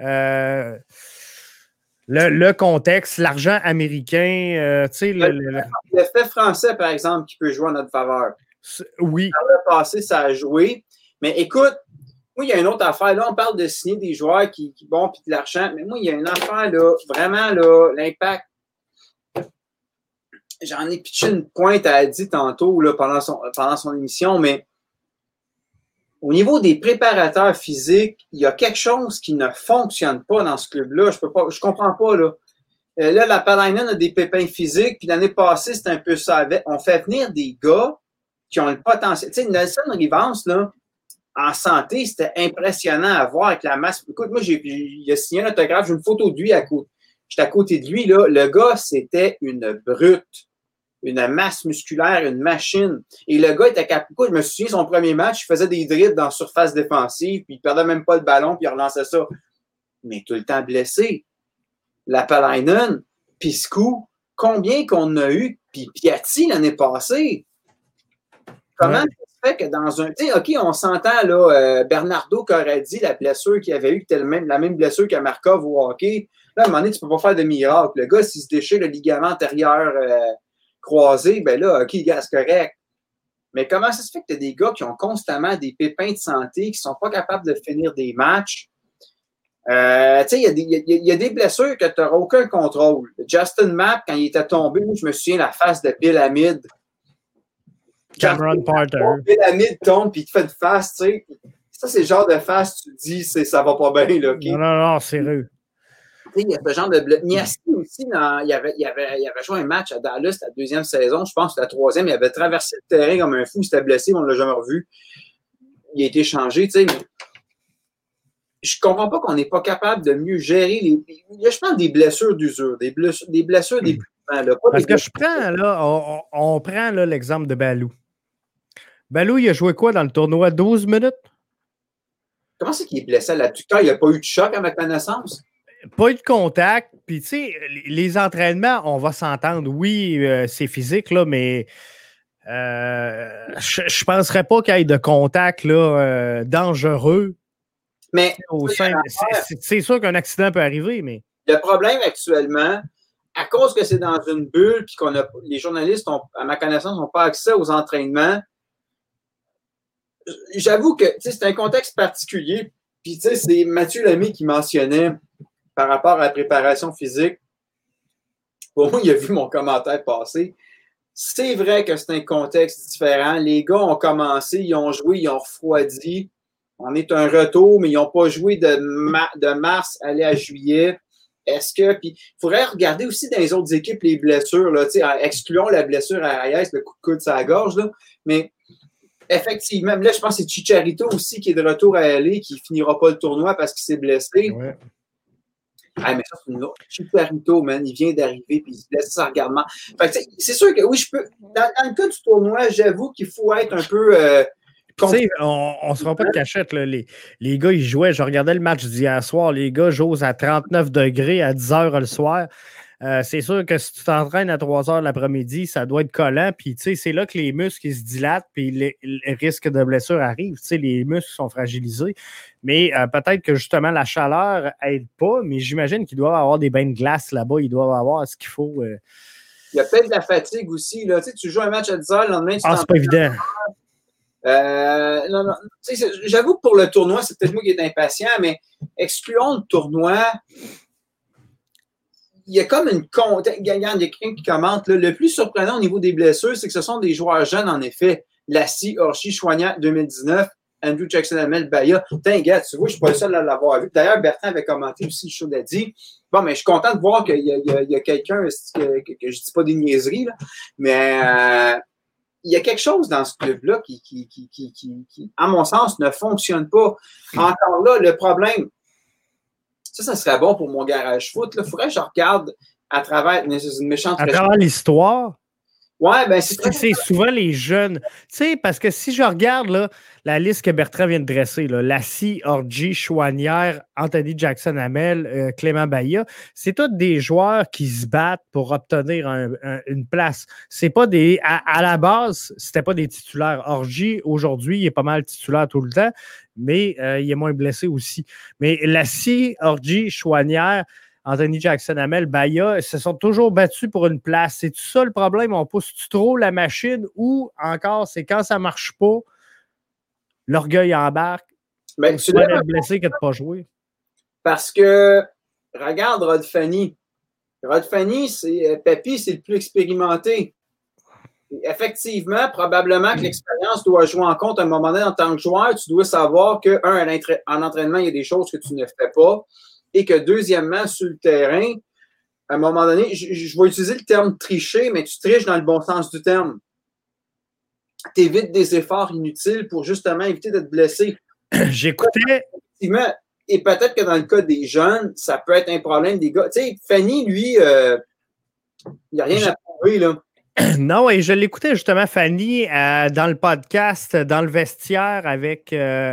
Le contexte, l'argent américain, tu sais. Le fait français, par exemple, qui peut jouer en notre faveur. Oui. Dans le passé, ça a joué. Mais écoute, moi, il y a une autre affaire. Là, on parle de signer des joueurs qui bon, puis de l'argent. Mais moi, il y a une affaire, là, vraiment, là, l'Impact. J'en ai pitché une pointe à Adi tantôt, là, pendant son émission, mais au niveau des préparateurs physiques, il y a quelque chose qui ne fonctionne pas dans ce club-là. Je comprends pas, là. Là, la Palainen a des pépins physiques, puis l'année passée, c'était un peu ça. On fait venir des gars qui ont le potentiel. Tu sais, Nelson Rivas, là, en santé, c'était impressionnant à voir avec la masse. Écoute, moi, il a signé un autographe, j'ai une photo de lui à côté. J'étais à côté de lui, là. Le gars, c'était une brute, une masse musculaire, une machine. Et le gars était capable. Je me souviens, son premier match, il faisait des dribbles dans la surface défensive, puis il perdait même pas le ballon, puis il relançait ça. Mais tout le temps blessé. La Palainen, Piscou, combien qu'on a eu, puis Piatti l'année passée. Comment ça se fait que dans un. Tu sais, OK, on s'entend, là, Bernardo Corradi, la blessure qu'il avait eue, c'était la même blessure que Markov au hockey. Là, à un moment donné, tu peux pas faire de miracle. Le gars, s'il se déchire le ligament antérieur croisé, ben là, OK, gars, c'est correct. Mais comment ça se fait que tu as des gars qui ont constamment des pépins de santé, qui sont pas capables de finir des matchs? Tu sais, il y a des blessures que tu n'auras aucun contrôle. Justin Mapp, quand il était tombé, je me souviens la face de Bill Hamid. Cameron Porter. Bill Hamid tombe puis il te fait de face, tu sais. Ça, c'est le genre de face, tu te dis, ça va pas bien, là. Okay? Non, sérieux. Il y a ce genre de blessure. Niaski aussi, il avait joué un match à Dallas la deuxième saison, je pense que la troisième, il avait traversé le terrain comme un fou, il s'était blessé, on ne l'a jamais revu. Il a été changé, tu sais, mais je comprends pas qu'on n'est pas capable de mieux gérer je parle des blessures d'usure, des blessures des plus grands, là. Parce que je prends, là, on prend là, l'exemple de Balou. Balou, il a joué quoi dans le tournoi? 12 minutes? Comment c'est qu'il est blessé à l'adducteur? Il n'a pas eu de choc avec la naissance? Pas eu de contact. Puis, tu sais, les entraînements, on va s'entendre. Oui, c'est physique, là, mais je ne penserais pas qu'il y ait de contact là, dangereux. Mais c'est sûr qu'un accident peut arriver, mais. Le problème actuellement, à cause que c'est dans une bulle puis les journalistes, à ma connaissance, n'ont pas accès aux entraînements, j'avoue que c'est un contexte particulier. Puis, tu sais, c'est Mathieu Lamy qui mentionnait par rapport à la préparation physique. Pour moi, il a vu mon commentaire passer. C'est vrai que c'est un contexte différent. Les gars ont commencé, ils ont joué, ils ont refroidi. On est un retour, mais ils n'ont pas joué de mars à juillet. Est-ce que. Puis, il faudrait regarder aussi dans les autres équipes les blessures, là, excluons la blessure à Arias, le coup de coude sur la gorge, là. Mais effectivement, là, je pense que c'est Chicharito aussi qui est de retour à LA, qui ne finira pas le tournoi parce qu'il s'est blessé. Ouais. Ah, mais ça, c'est une autre. Chicharito, man, il vient d'arriver puis il se blesse, ça regarde mal. Fait que, c'est sûr que oui, je peux. Dans le cas du tournoi, j'avoue qu'il faut être un peu. Tu sais, on ne se rend pas de cachette. Là. Les gars, ils jouaient. Je regardais le match d'hier soir. Les gars jouent à 39 degrés à 10 heures le soir. C'est sûr que si tu t'entraînes à 3 heures l'après-midi, ça doit être collant. Puis, tu sais, c'est là que les muscles ils se dilatent puis les risques de blessure arrivent. Tu sais, les muscles sont fragilisés. Mais peut-être que justement, la chaleur aide pas. Mais j'imagine qu'ils doivent avoir des bains de glace là-bas. Ils doivent avoir ce qu'il faut. Il y a peut-être de la fatigue aussi. Là. Tu sais, tu joues un match à 10 heures, le lendemain, c'est pas évident. Non. J'avoue que pour le tournoi, c'est peut-être moi qui est impatient, mais excluons le tournoi. Il y a comme une il y a quelqu'un qui commente. Là, le plus surprenant au niveau des blessures, c'est que ce sont des joueurs jeunes, en effet. Lassie, Orchi, Choignat, 2019, Andrew Jackson-Hamel, Baya. Putain, gars, tu vois, je ne suis pas le seul à l'avoir vu. D'ailleurs, Bertrand avait commenté aussi le show d'Adi. Bon, mais je suis content de voir qu'il y a quelqu'un que je ne dis pas des niaiseries, là, mais il y a quelque chose dans ce club-là qui, à mon sens, ne fonctionne pas. Encore là, le problème, ça serait bon pour mon garage foot. Il faudrait que je regarde à travers une méchante. À travers l'histoire. Ouais, ben c'est souvent les jeunes. Tu sais, parce que si je regarde là, la liste que Bertrand vient de dresser, là, Lassie, Orji, Chouanière, Anthony Jackson-Hamel, Clément Bahia, c'est tous des joueurs qui se battent pour obtenir une place. C'est pas des. À la base, c'était pas des titulaires. Orji, aujourd'hui, il est pas mal titulaire tout le temps, mais il est moins blessé aussi. Mais Lassie, Orji, Chouanière, Anthony Jackson-Hamel, Bahia, se sont toujours battus pour une place. C'est tout ça le problème? On pousse-tu trop la machine ou encore, c'est quand ça ne marche pas, l'orgueil embarque, ben, tu dois être blessé que de ne pas jouer? Parce que, regarde Rod Fanny. Rod Fanny, Papy, c'est le plus expérimenté. Effectivement, probablement que l'expérience doit jouer en compte à un moment donné en tant que joueur. Tu dois savoir que, en entraînement, il y a des choses que tu ne fais pas. Et que deuxièmement, sur le terrain, à un moment donné, je vais utiliser le terme tricher, mais tu triches dans le bon sens du terme. Tu évites des efforts inutiles pour justement éviter d'être blessé. J'écoutais. Effectivement, et peut-être que dans le cas des jeunes, ça peut être un problème des gars. Tu sais, Fanny, lui, il n'y a rien à prouver, là. Non, et je l'écoutais justement, Fanny, dans le podcast, dans le vestiaire avec.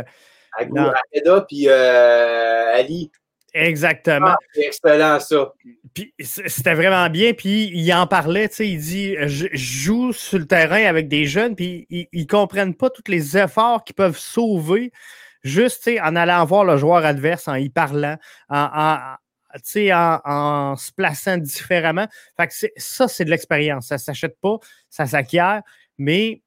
Areda puis Ali. Exactement. Ah, c'est excellent, ça. Puis c'était vraiment bien. Puis il en parlait, tu sais, il dit je joue sur le terrain avec des jeunes, puis ils comprennent pas tous les efforts qu'ils peuvent sauver juste, tu sais, en allant voir le joueur adverse, en y parlant, en se plaçant différemment. Fait que ça, c'est de l'expérience. Ça ne s'achète pas, ça s'acquiert, mais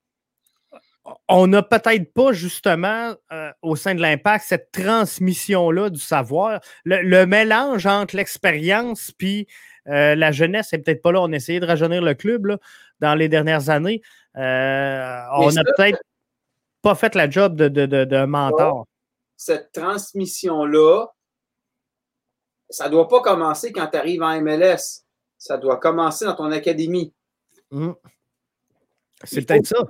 on n'a peut-être pas, justement, au sein de l'Impact, cette transmission-là du savoir. Le mélange entre l'expérience puis la jeunesse, c'est peut-être pas là. On a essayé de rajeunir le club là, dans les dernières années. On n'a peut-être pas fait la job de mentor. Cette transmission-là, ça ne doit pas commencer quand tu arrives en MLS. Ça doit commencer dans ton académie. C'est peut-être ça.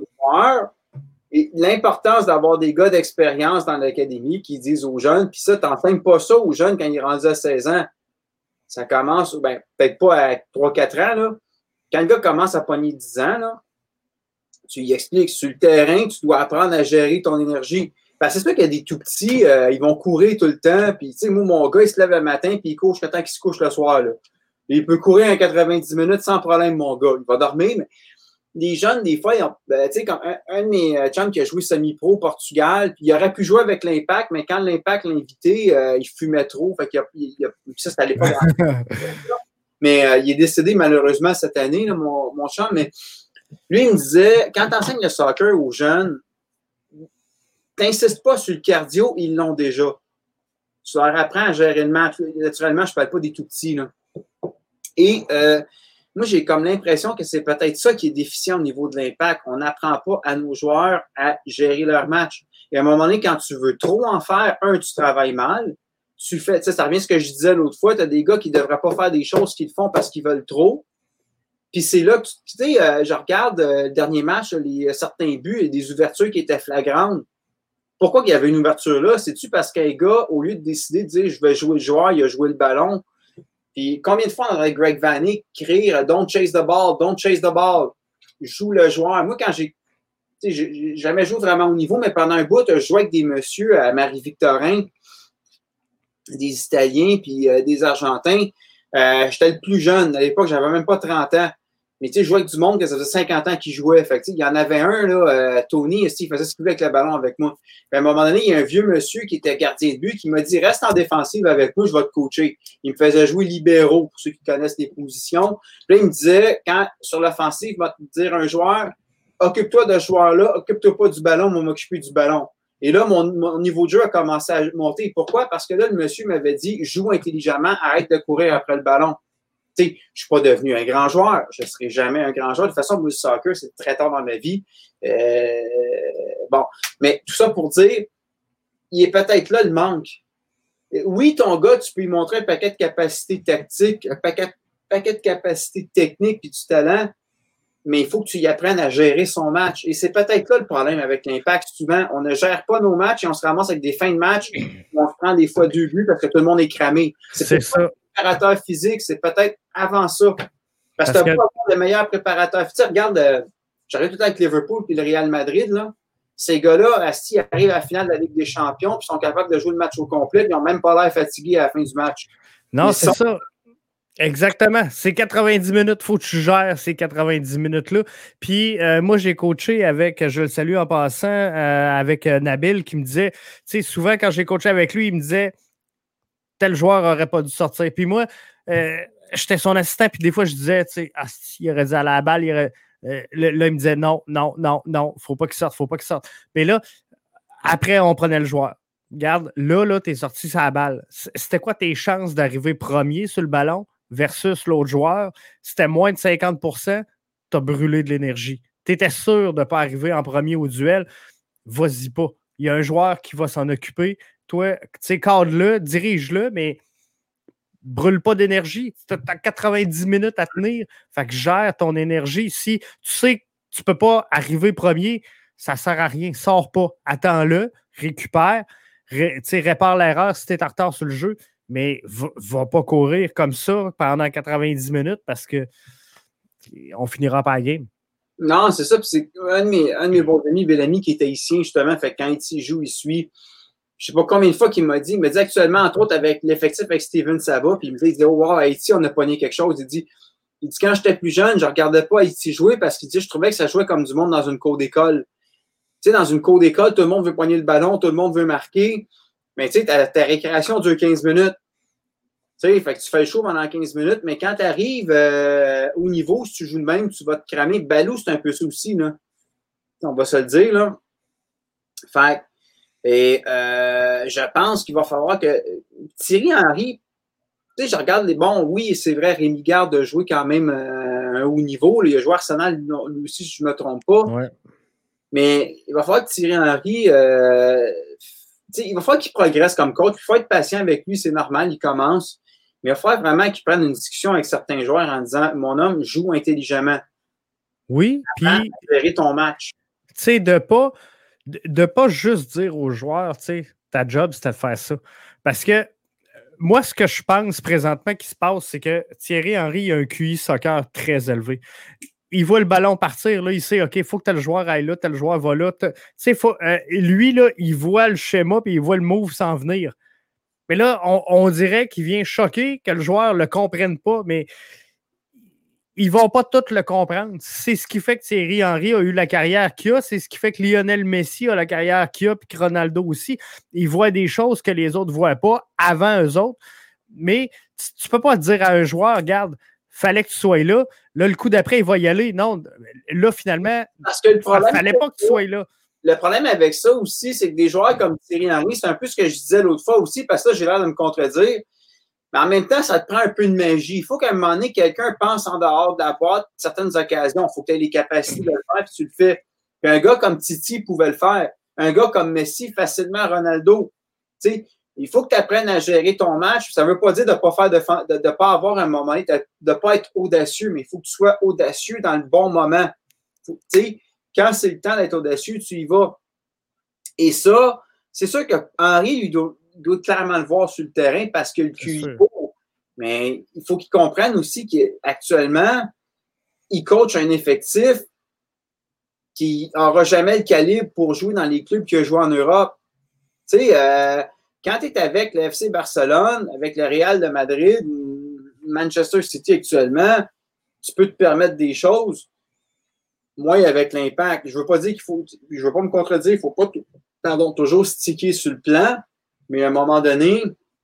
Et l'importance d'avoir des gars d'expérience dans l'académie qui disent aux jeunes, puis ça, tu n'enseignes pas ça aux jeunes quand ils sont rendus à 16 ans. Ça commence, ben, peut-être pas à 3-4 ans, là. Quand le gars commence à pogner 10 ans, là, tu lui expliques, sur le terrain, tu dois apprendre à gérer ton énergie. Parce que c'est sûr qu'il y a des tout petits, ils vont courir tout le temps, puis tu sais, moi, mon gars, il se lève le matin, puis il court jusqu'à temps qu'il se couche le soir, là. Et il peut courir en 90 minutes sans problème, mon gars. Il va dormir, mais les jeunes, des fois, tu sais, comme un de mes chums qui a joué semi-pro au Portugal, puis il aurait pu jouer avec l'Impact, mais quand l'Impact l'a invité, il fumait trop. Fait qu'il ça, c'était à l'époque. Mais il est décédé malheureusement cette année, là, mon chum. Mais lui, il me disait, quand tu enseignes le soccer aux jeunes, t'insistes pas sur le cardio, ils l'ont déjà. Tu leur apprends à gérer le match. Naturellement, je ne parle pas des tout petits, là. Et moi, j'ai comme l'impression que c'est peut-être ça qui est déficient au niveau de l'Impact. On n'apprend pas à nos joueurs à gérer leur match. Et à un moment donné, quand tu veux trop en faire, tu travailles mal. Tu fais, tu sais, ça revient à ce que je disais l'autre fois, tu as des gars qui ne devraient pas faire des choses qu'ils font parce qu'ils veulent trop. Puis c'est là que, tu sais, je regarde le dernier match, certains buts et des ouvertures qui étaient flagrantes. Pourquoi il y avait une ouverture là? C'est-tu parce qu'un gars, au lieu de décider de dire je vais jouer le joueur, il a joué le ballon? Puis combien de fois on aurait Greg Vanney crier don't chase the ball, joue le joueur. Moi, quand j'ai jamais joué vraiment au niveau, mais pendant un bout, je jouais avec des messieurs à Marie-Victorin, des Italiens, puis des Argentins. J'étais le plus jeune. À l'époque, j'avais même pas 30 ans. Mais tu sais, je jouais avec du monde que ça faisait 50 ans qu'ils jouaient. Fait que, il y en avait un, là, Tony, il faisait ce qu'il voulait avec le ballon avec moi. Puis, à un moment donné, il y a un vieux monsieur qui était gardien de but qui m'a dit reste en défensive avec moi, je vais te coacher. Il me faisait jouer libéraux, pour ceux qui connaissent les positions. Puis là, il me disait, quand sur l'offensive, il va te dire un joueur, occupe-toi de ce joueur-là, occupe-toi pas du ballon, moi, m'occuper du ballon. Et là, mon niveau de jeu a commencé à monter. Pourquoi? Parce que là, le monsieur m'avait dit joue intelligemment, arrête de courir après le ballon. Tu sais, je ne suis pas devenu un grand joueur. Je ne serai jamais un grand joueur. De toute façon, le soccer, c'est très tard dans ma vie. Bon, mais tout ça pour dire, il est peut-être là le manque. Oui, ton gars, tu peux lui montrer un paquet de capacités tactiques, un paquet de capacités techniques et du talent, mais il faut que tu y apprennes à gérer son match. Et c'est peut-être là le problème avec l'Impact. Souvent, on ne gère pas nos matchs et on se ramasse avec des fins de match où on se prend des fois 2 buts parce que tout le monde est cramé. C'est ça. Préparateur physique, c'est peut-être avant ça. Parce que tu n'as pas le meilleur préparateur. Tu sais, regarde, j'arrive tout le temps avec Liverpool et le Real Madrid, là. Ces gars-là, s'ils arrivent à la finale de la Ligue des Champions puis sont capables de jouer le match au complet, ils n'ont même pas l'air fatigués à la fin du match. Non, c'est ça. Exactement. C'est 90 minutes. Il faut que tu gères ces 90 minutes-là. Puis moi, j'ai coaché avec, je le salue en passant, avec Nabil qui me disait, tu sais, souvent quand j'ai coaché avec lui, il me disait tel joueur n'aurait pas dû sortir. Puis moi, j'étais son assistant, puis des fois, je disais, tu sais, il aurait dû aller à la balle, là, il me disait non, faut pas qu'il sorte. Mais là, après, on prenait le joueur. Regarde, là, t'es sorti sur la balle. C'était quoi tes chances d'arriver premier sur le ballon versus l'autre joueur? C'était moins de 50%, t'as brûlé de l'énergie. T'étais sûr de ne pas arriver en premier au duel. Vas-y pas. Il y a un joueur qui va s'en occuper. Toi, tu sais, cadre-le, dirige-le, mais brûle pas d'énergie. Tu as 90 minutes à tenir. Fait que gère ton énergie. Si tu sais que tu peux pas arriver premier, ça sert à rien. Sors pas. Attends-le, récupère, répare l'erreur si tu es en retard sur le jeu, mais va pas courir comme ça pendant 90 minutes parce que on finira par la game. Non, c'est ça. Puis c'est un de mes bons amis, Bellamy, qui est haïtien, justement. Fait que quand il joue, il suit. Je sais pas combien de fois qu'il m'a dit. Il m'a dit actuellement, entre autres, avec l'effectif avec Steven Saba, puis il me dit, oh, wow, Haïti, on a pogné quelque chose. Il dit, quand j'étais plus jeune, je regardais pas Haïti jouer parce qu'il dit, je trouvais que ça jouait comme du monde dans une cour d'école. Tu sais, dans une cour d'école, tout le monde veut pogner le ballon, tout le monde veut marquer. Mais tu sais, ta récréation dure 15 minutes. Tu sais, fait que tu fais le show pendant 15 minutes, mais quand tu arrives au niveau, si tu joues de même, tu vas te cramer. Balou, c'est un peu ça aussi, là. On va se le dire, là. Fait et je pense qu'il va falloir que Thierry Henry, tu sais, je regarde les bons, oui, c'est vrai, Rémi Garde a joué quand même un haut niveau. Là, il a joué Arsenal, lui aussi, si je ne me trompe pas. Ouais. Mais il va falloir que Thierry Henry, il va falloir qu'il progresse comme coach. Il faut être patient avec lui, c'est normal, il commence. Mais il va falloir vraiment qu'il prenne une discussion avec certains joueurs en disant, mon homme, joue intelligemment. Oui, puis gérer ton match. Tu sais, de pas juste dire aux joueurs, tu sais, ta job, c'était de faire ça. Parce que moi, ce que je pense présentement qui se passe, c'est que Thierry Henry a un QI soccer très élevé. Il voit le ballon partir, là, il sait, OK, il faut que tel joueur aille là, tel joueur va là. Tu sais, lui, là, il voit le schéma puis il voit le move s'en venir. Mais là, on dirait qu'il vient choquer que le joueur ne le comprenne pas, mais ils ne vont pas tous le comprendre. C'est ce qui fait que Thierry Henry a eu la carrière qu'il a. C'est ce qui fait que Lionel Messi a la carrière qu'il a, puis que Ronaldo aussi. Ils voient des choses que les autres ne voient pas avant eux autres. Mais tu ne peux pas dire à un joueur, regarde, fallait que tu sois là. Là, le coup d'après, il va y aller. Non, là, finalement, parce que le problème, fallait pas que tu sois là. Le problème avec ça aussi, c'est que des joueurs comme Thierry Henry, c'est un peu ce que je disais l'autre fois aussi, parce que là, j'ai l'air de me contredire. Mais en même temps, ça te prend un peu de magie. Il faut qu'à un moment donné, quelqu'un pense en dehors de la boîte. Certaines occasions, il faut que tu aies les capacités de le faire, puis tu le fais. Puis un gars comme Titi pouvait le faire. Un gars comme Messi, facilement Ronaldo. Tu sais, il faut que tu apprennes à gérer ton match. Ça ne veut pas dire de ne pas avoir un moment, de ne pas être audacieux, mais il faut que tu sois audacieux dans le bon moment. Tu sais, quand c'est le temps d'être audacieux, tu y vas. Et ça, c'est sûr que Henry, lui, doit clairement le voir sur le terrain parce que le QI est beau. Mais il faut qu'il comprenne aussi qu'actuellement, il coach un effectif qui n'aura jamais le calibre pour jouer dans les clubs qu'il a joué en Europe. Tu sais, quand tu es avec le FC Barcelone, avec le Real de Madrid, Manchester City actuellement, tu peux te permettre des choses. Moi, avec l'Impact, je ne veux pas dire je ne veux pas me contredire, il ne faut pas toujours sticker sur le plan, mais à un moment donné,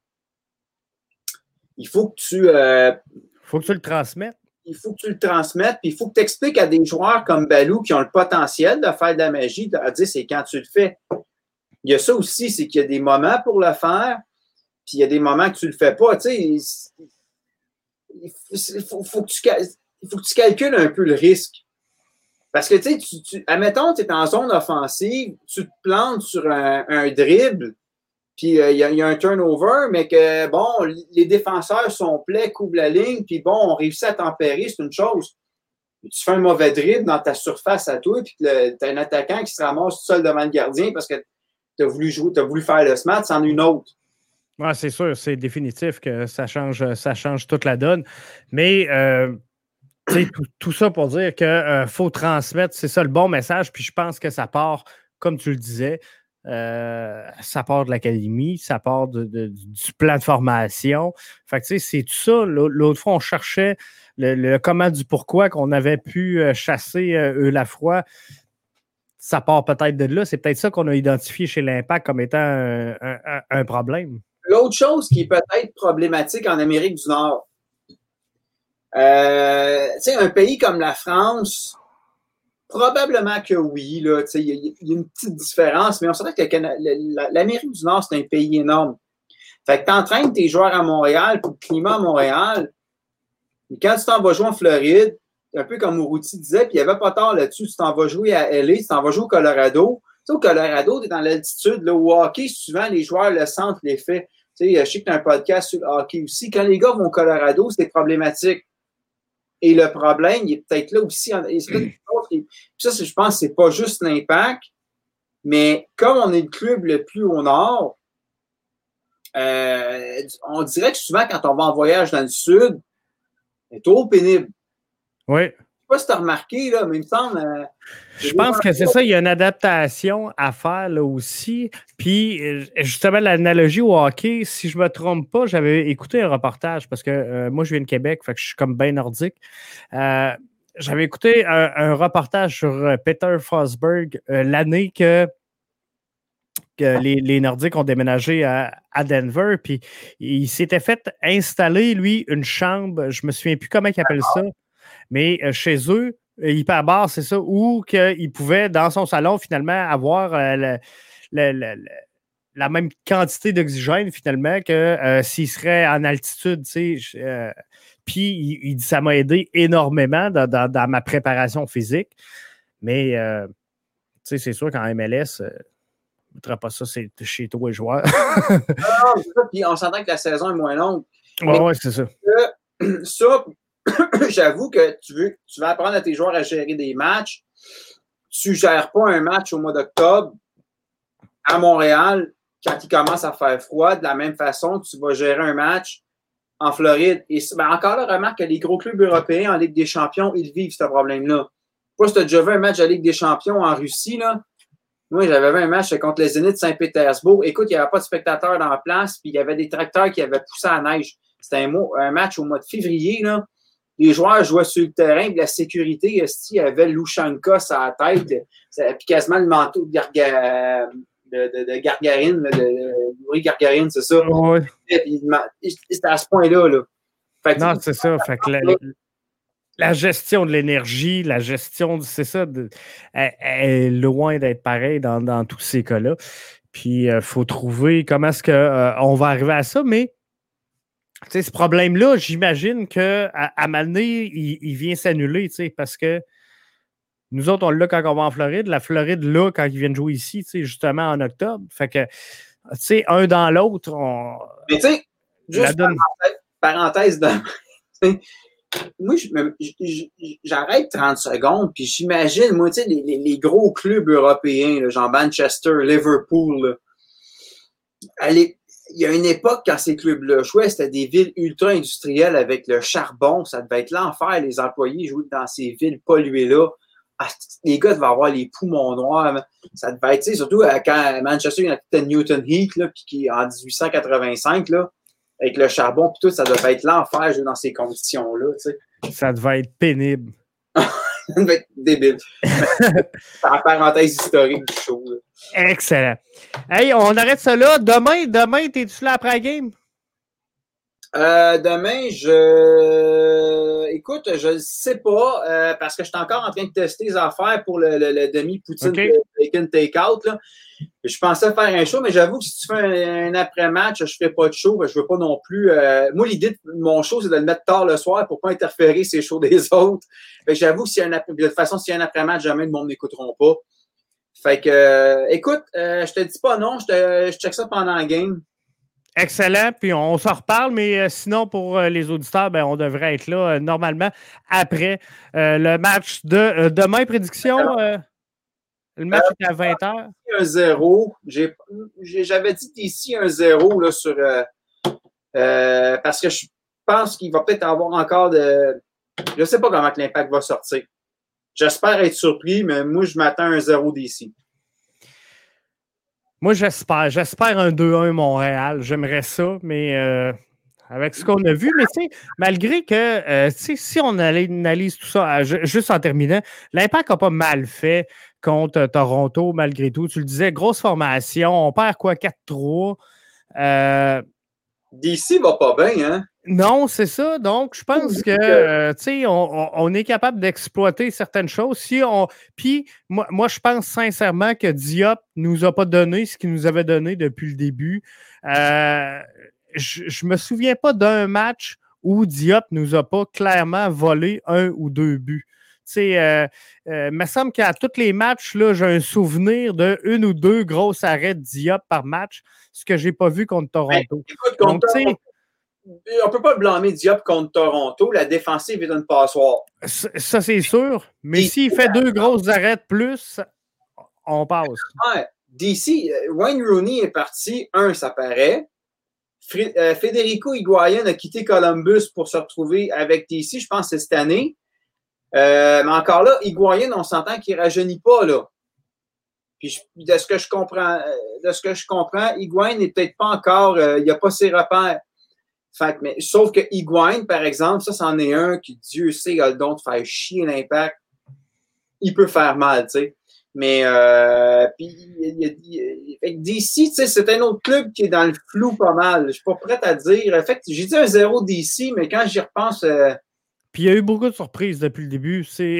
il faut que tu le transmettes. Il faut que tu le transmettes, puis il faut que tu expliques à des joueurs comme Balou qui ont le potentiel de faire de la magie, de dire c'est quand tu le fais. Il y a ça aussi, c'est qu'il y a des moments pour le faire, puis il y a des moments que tu ne le fais pas. Tu sais, il faut que tu calcules un peu le risque. Parce que, tu sais, admettons, tu es en zone offensive, tu te plantes sur un dribble, puis il y a un turnover, mais que, bon, les défenseurs sont plaies, couvrent la ligne, puis bon, on réussit à tempérer, c'est une chose. Tu fais un mauvais dribble dans ta surface à toi, puis tu as un attaquant qui se ramasse tout seul devant le gardien parce que tu as voulu faire le smash, c'en est une autre. Ouais, c'est sûr, c'est définitif que ça change toute la donne. Mais Tout ça pour dire qu'il faut transmettre, c'est ça le bon message, puis je pense que ça part, comme tu le disais, ça part de l'académie, ça part du plan de formation. Fait que, c'est tout ça. L'autre fois, on cherchait le comment du pourquoi qu'on avait pu chasser Lafroy. Ça part peut-être de là. C'est peut-être ça qu'on a identifié chez l'Impact comme étant un problème. L'autre chose qui est peut-être problématique en Amérique du Nord, un pays comme la France, probablement que oui, il y a une petite différence, mais on sait que l'Amérique du Nord, c'est un pays énorme. Fait que tu entraînes tes joueurs à Montréal, pour le climat à Montréal, mais quand tu t'en vas jouer en Floride, un peu comme Urruti disait, puis il n'y avait pas tard là-dessus, tu t'en vas jouer à LA, tu t'en vas jouer au Colorado. Tu sais, au Colorado, tu es dans l'altitude, là, au hockey, souvent, les joueurs le sentent l'effet. Tu sais, je sais que tu as un podcast sur le hockey aussi. Quand les gars vont au Colorado, c'est problématique. Et le problème, il est peut-être là aussi. Ça, je pense que c'est pas juste l'Impact, mais comme on est le club le plus au nord, on dirait que souvent, quand on va en voyage dans le sud, c'est trop pénible. Oui. Je ne sais pas si tu as remarqué, là, mais il me semble. Je pense que c'est ça, il y a une adaptation à faire là aussi. Puis, justement, l'analogie au hockey, si je ne me trompe pas, j'avais écouté un reportage parce que moi, je viens de Québec, fait que je suis comme bien nordique. J'avais écouté un reportage sur Peter Forsberg l'année que les Nordiques ont déménagé à Denver, puis il s'était fait installer, lui, une chambre, je ne me souviens plus comment ils appellent ça, mais chez eux, hyperbar, c'est ça, où il pouvait, dans son salon, finalement, avoir la même quantité d'oxygène, finalement, que s'il serait en altitude, tu sais. Puis, il dit, ça m'a aidé énormément dans ma préparation physique. Mais, tu sais, c'est sûr qu'en MLS, ne mettras pas ça, c'est chez toi, les joueurs. Non, c'est ça. Puis, on s'entend que la saison est moins longue. Oui, c'est ça. Ça, j'avoue que tu vas apprendre à tes joueurs à gérer des matchs. Tu ne gères pas un match au mois d'octobre à Montréal quand il commence à faire froid. De la même façon, tu vas gérer un match en Floride. Et encore là, remarque que les gros clubs européens en Ligue des Champions, ils vivent ce problème-là. Pas si tu as déjà vu un match de Ligue des Champions en Russie, là. Moi, j'avais vu un match contre les Zénith de Saint-Pétersbourg. Écoute, il n'y avait pas de spectateurs dans la place, puis il y avait des tracteurs qui avaient poussé à la neige. C'était un match au mois de février, là. Les joueurs jouaient sur le terrain, puis la sécurité, il y avait Lushanka sur la tête, puis quasiment le manteau de Gargarine, de Yuri Gargarine, c'est ça. Ouais. C'était à ce point-là. Là. Non, c'est ça. Fait que la gestion de l'énergie, la gestion, c'est ça, elle est loin d'être pareille dans tous ces cas-là. Puis, il faut trouver comment est-ce qu'on va arriver à ça, mais ce problème-là, j'imagine qu'à un moment donné, il vient s'annuler, parce que nous autres, on l'a quand on va en Floride. La Floride, là, quand ils viennent jouer ici, justement en octobre. Fait que, un dans l'autre, on. Mais tu sais, juste parenthèse de. Moi, j'arrête 30 secondes, puis j'imagine, moi, tu sais, les gros clubs européens, là, genre Manchester, Liverpool, il y a une époque quand ces clubs-là jouaient, c'était des villes ultra-industrielles avec le charbon. Ça devait être l'enfer, les employés jouaient dans ces villes polluées-là. Ah, les gars devaient avoir les poumons noirs. Ça devait être, tu sais, surtout quand Manchester, il y a Newton Heath, là, puis en 1885, là, avec le charbon, puis tout, ça devait être l'enfer jouer dans ces conditions-là, tu sais. Ça devait être pénible. Ça devait être débile. C'est la parenthèse historique du show. Là. Excellent. Hey, on arrête ça là. Demain, t'es-tu là après la game? Demain, écoute, je ne sais pas, parce que je suis encore en train de tester les affaires pour le demi-poutine bacon take-out. Là. Je pensais faire un show, mais j'avoue que si tu fais un après-match, je ne ferai pas de show. Je ne veux pas non plus. Moi, l'idée de mon show, c'est de le mettre tard le soir pour ne pas interférer ces shows des autres. J'avoue que de toute façon, s'il y a un après-match, jamais le monde n'écouteront pas. Fait que, écoute, je te dis pas non, je check ça pendant la game. Excellent, puis on s'en reparle, mais sinon, pour les auditeurs, on devrait être là normalement après le match de demain. Prédiction, le match est à 20h. 1-0. J'avais dit d'ici 1-0 là, parce que je pense qu'il va peut-être avoir encore Je ne sais pas comment que l'Impact va sortir. J'espère être surpris, mais moi, je m'attends à un 0 d'ici. Moi, j'espère un 2-1 Montréal. J'aimerais ça, mais avec ce qu'on a vu, mais tu sais, malgré que, si on analyse tout ça, juste en terminant, l'Impact n'a pas mal fait contre Toronto, malgré tout. Tu le disais, grosse formation, on perd quoi, 4-3. DC va pas bien, hein? Non, c'est ça. Donc, je pense que, tu sais, on est capable d'exploiter certaines choses. Puis, moi, je pense sincèrement que Diop nous a pas donné ce qu'il nous avait donné depuis le début. Je me souviens pas d'un match où Diop nous a pas clairement volé 1 ou 2 buts. Tu sais, il me semble qu'à tous les matchs, là, j'ai un souvenir de 1 ou 2 grosses arrêts de Diop par match, ce que j'ai pas vu contre Toronto. Mais, écoute, on ne peut pas blâmer Diop contre Toronto. La défensive est une passoire. Ça, c'est sûr. Mais s'il fait 2 grosses arrêts de plus, on passe. Ouais. DC, Wayne Rooney est parti. Ça paraît. Federico Higuaín a quitté Columbus pour se retrouver avec DC, je pense que c'est cette année. Mais encore là, Higuaín, on s'entend qu'il ne rajeunit pas, là. Puis de ce que je comprends, Higuaín n'est peut-être pas encore, il n'a pas ses repères. Fait, mais, sauf que Higuaín, par exemple, ça, c'en est un qui, Dieu sait, a le don de faire chier l'Impact. Il peut faire mal, tu sais. Mais, puis, DC, tu sais, c'est un autre club qui est dans le flou pas mal. Je suis pas prêt à dire. En fait, j'ai dit un 0 DC, mais quand j'y repense. Puis il y a eu beaucoup de surprises depuis le début. C'est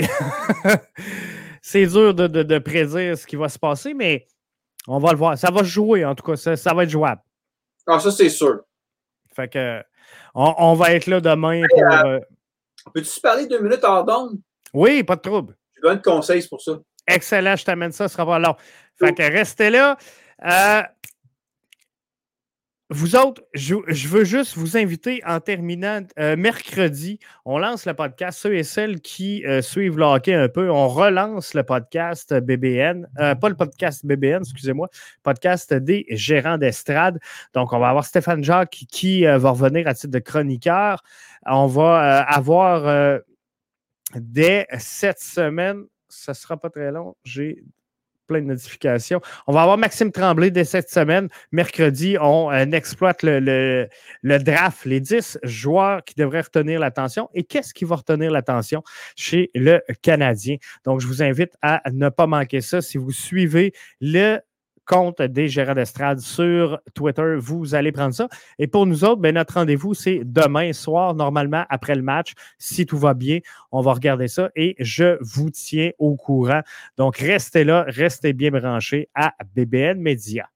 dur de prédire ce qui va se passer, mais on va le voir. Ça va jouer, en tout cas. Ça va être jouable. Ah, ça, c'est sûr. Fait que on va être là demain pour. Peux-tu parler 2 minutes hors d'onde? Oui, pas de trouble. Je donne conseils pour ça. Excellent, je t'amène ça, ce sera pas long. Fait que restez là. Vous autres, je veux juste vous inviter en terminant mercredi. On lance le podcast. Ceux et celles qui suivent le hockey un peu, on relance le podcast BBN. Pas le podcast BBN, excusez-moi. Podcast des gérants d'estrade. Donc, on va avoir Stéphane Jacques qui va revenir à titre de chroniqueur. On va avoir dès cette semaine, ça ne sera pas très long, j'ai plein de notifications. On va avoir Maxime Tremblay dès cette semaine. Mercredi, on exploite le draft, les 10 joueurs qui devraient retenir l'attention. Et qu'est-ce qui va retenir l'attention chez le Canadien? Donc, je vous invite à ne pas manquer ça. Si vous suivez le compte des gérants d'estrade sur Twitter, vous allez prendre ça. Et pour nous autres, notre rendez-vous, c'est demain soir, normalement, après le match. Si tout va bien, on va regarder ça et je vous tiens au courant. Donc, restez là, restez bien branchés à BBN Media.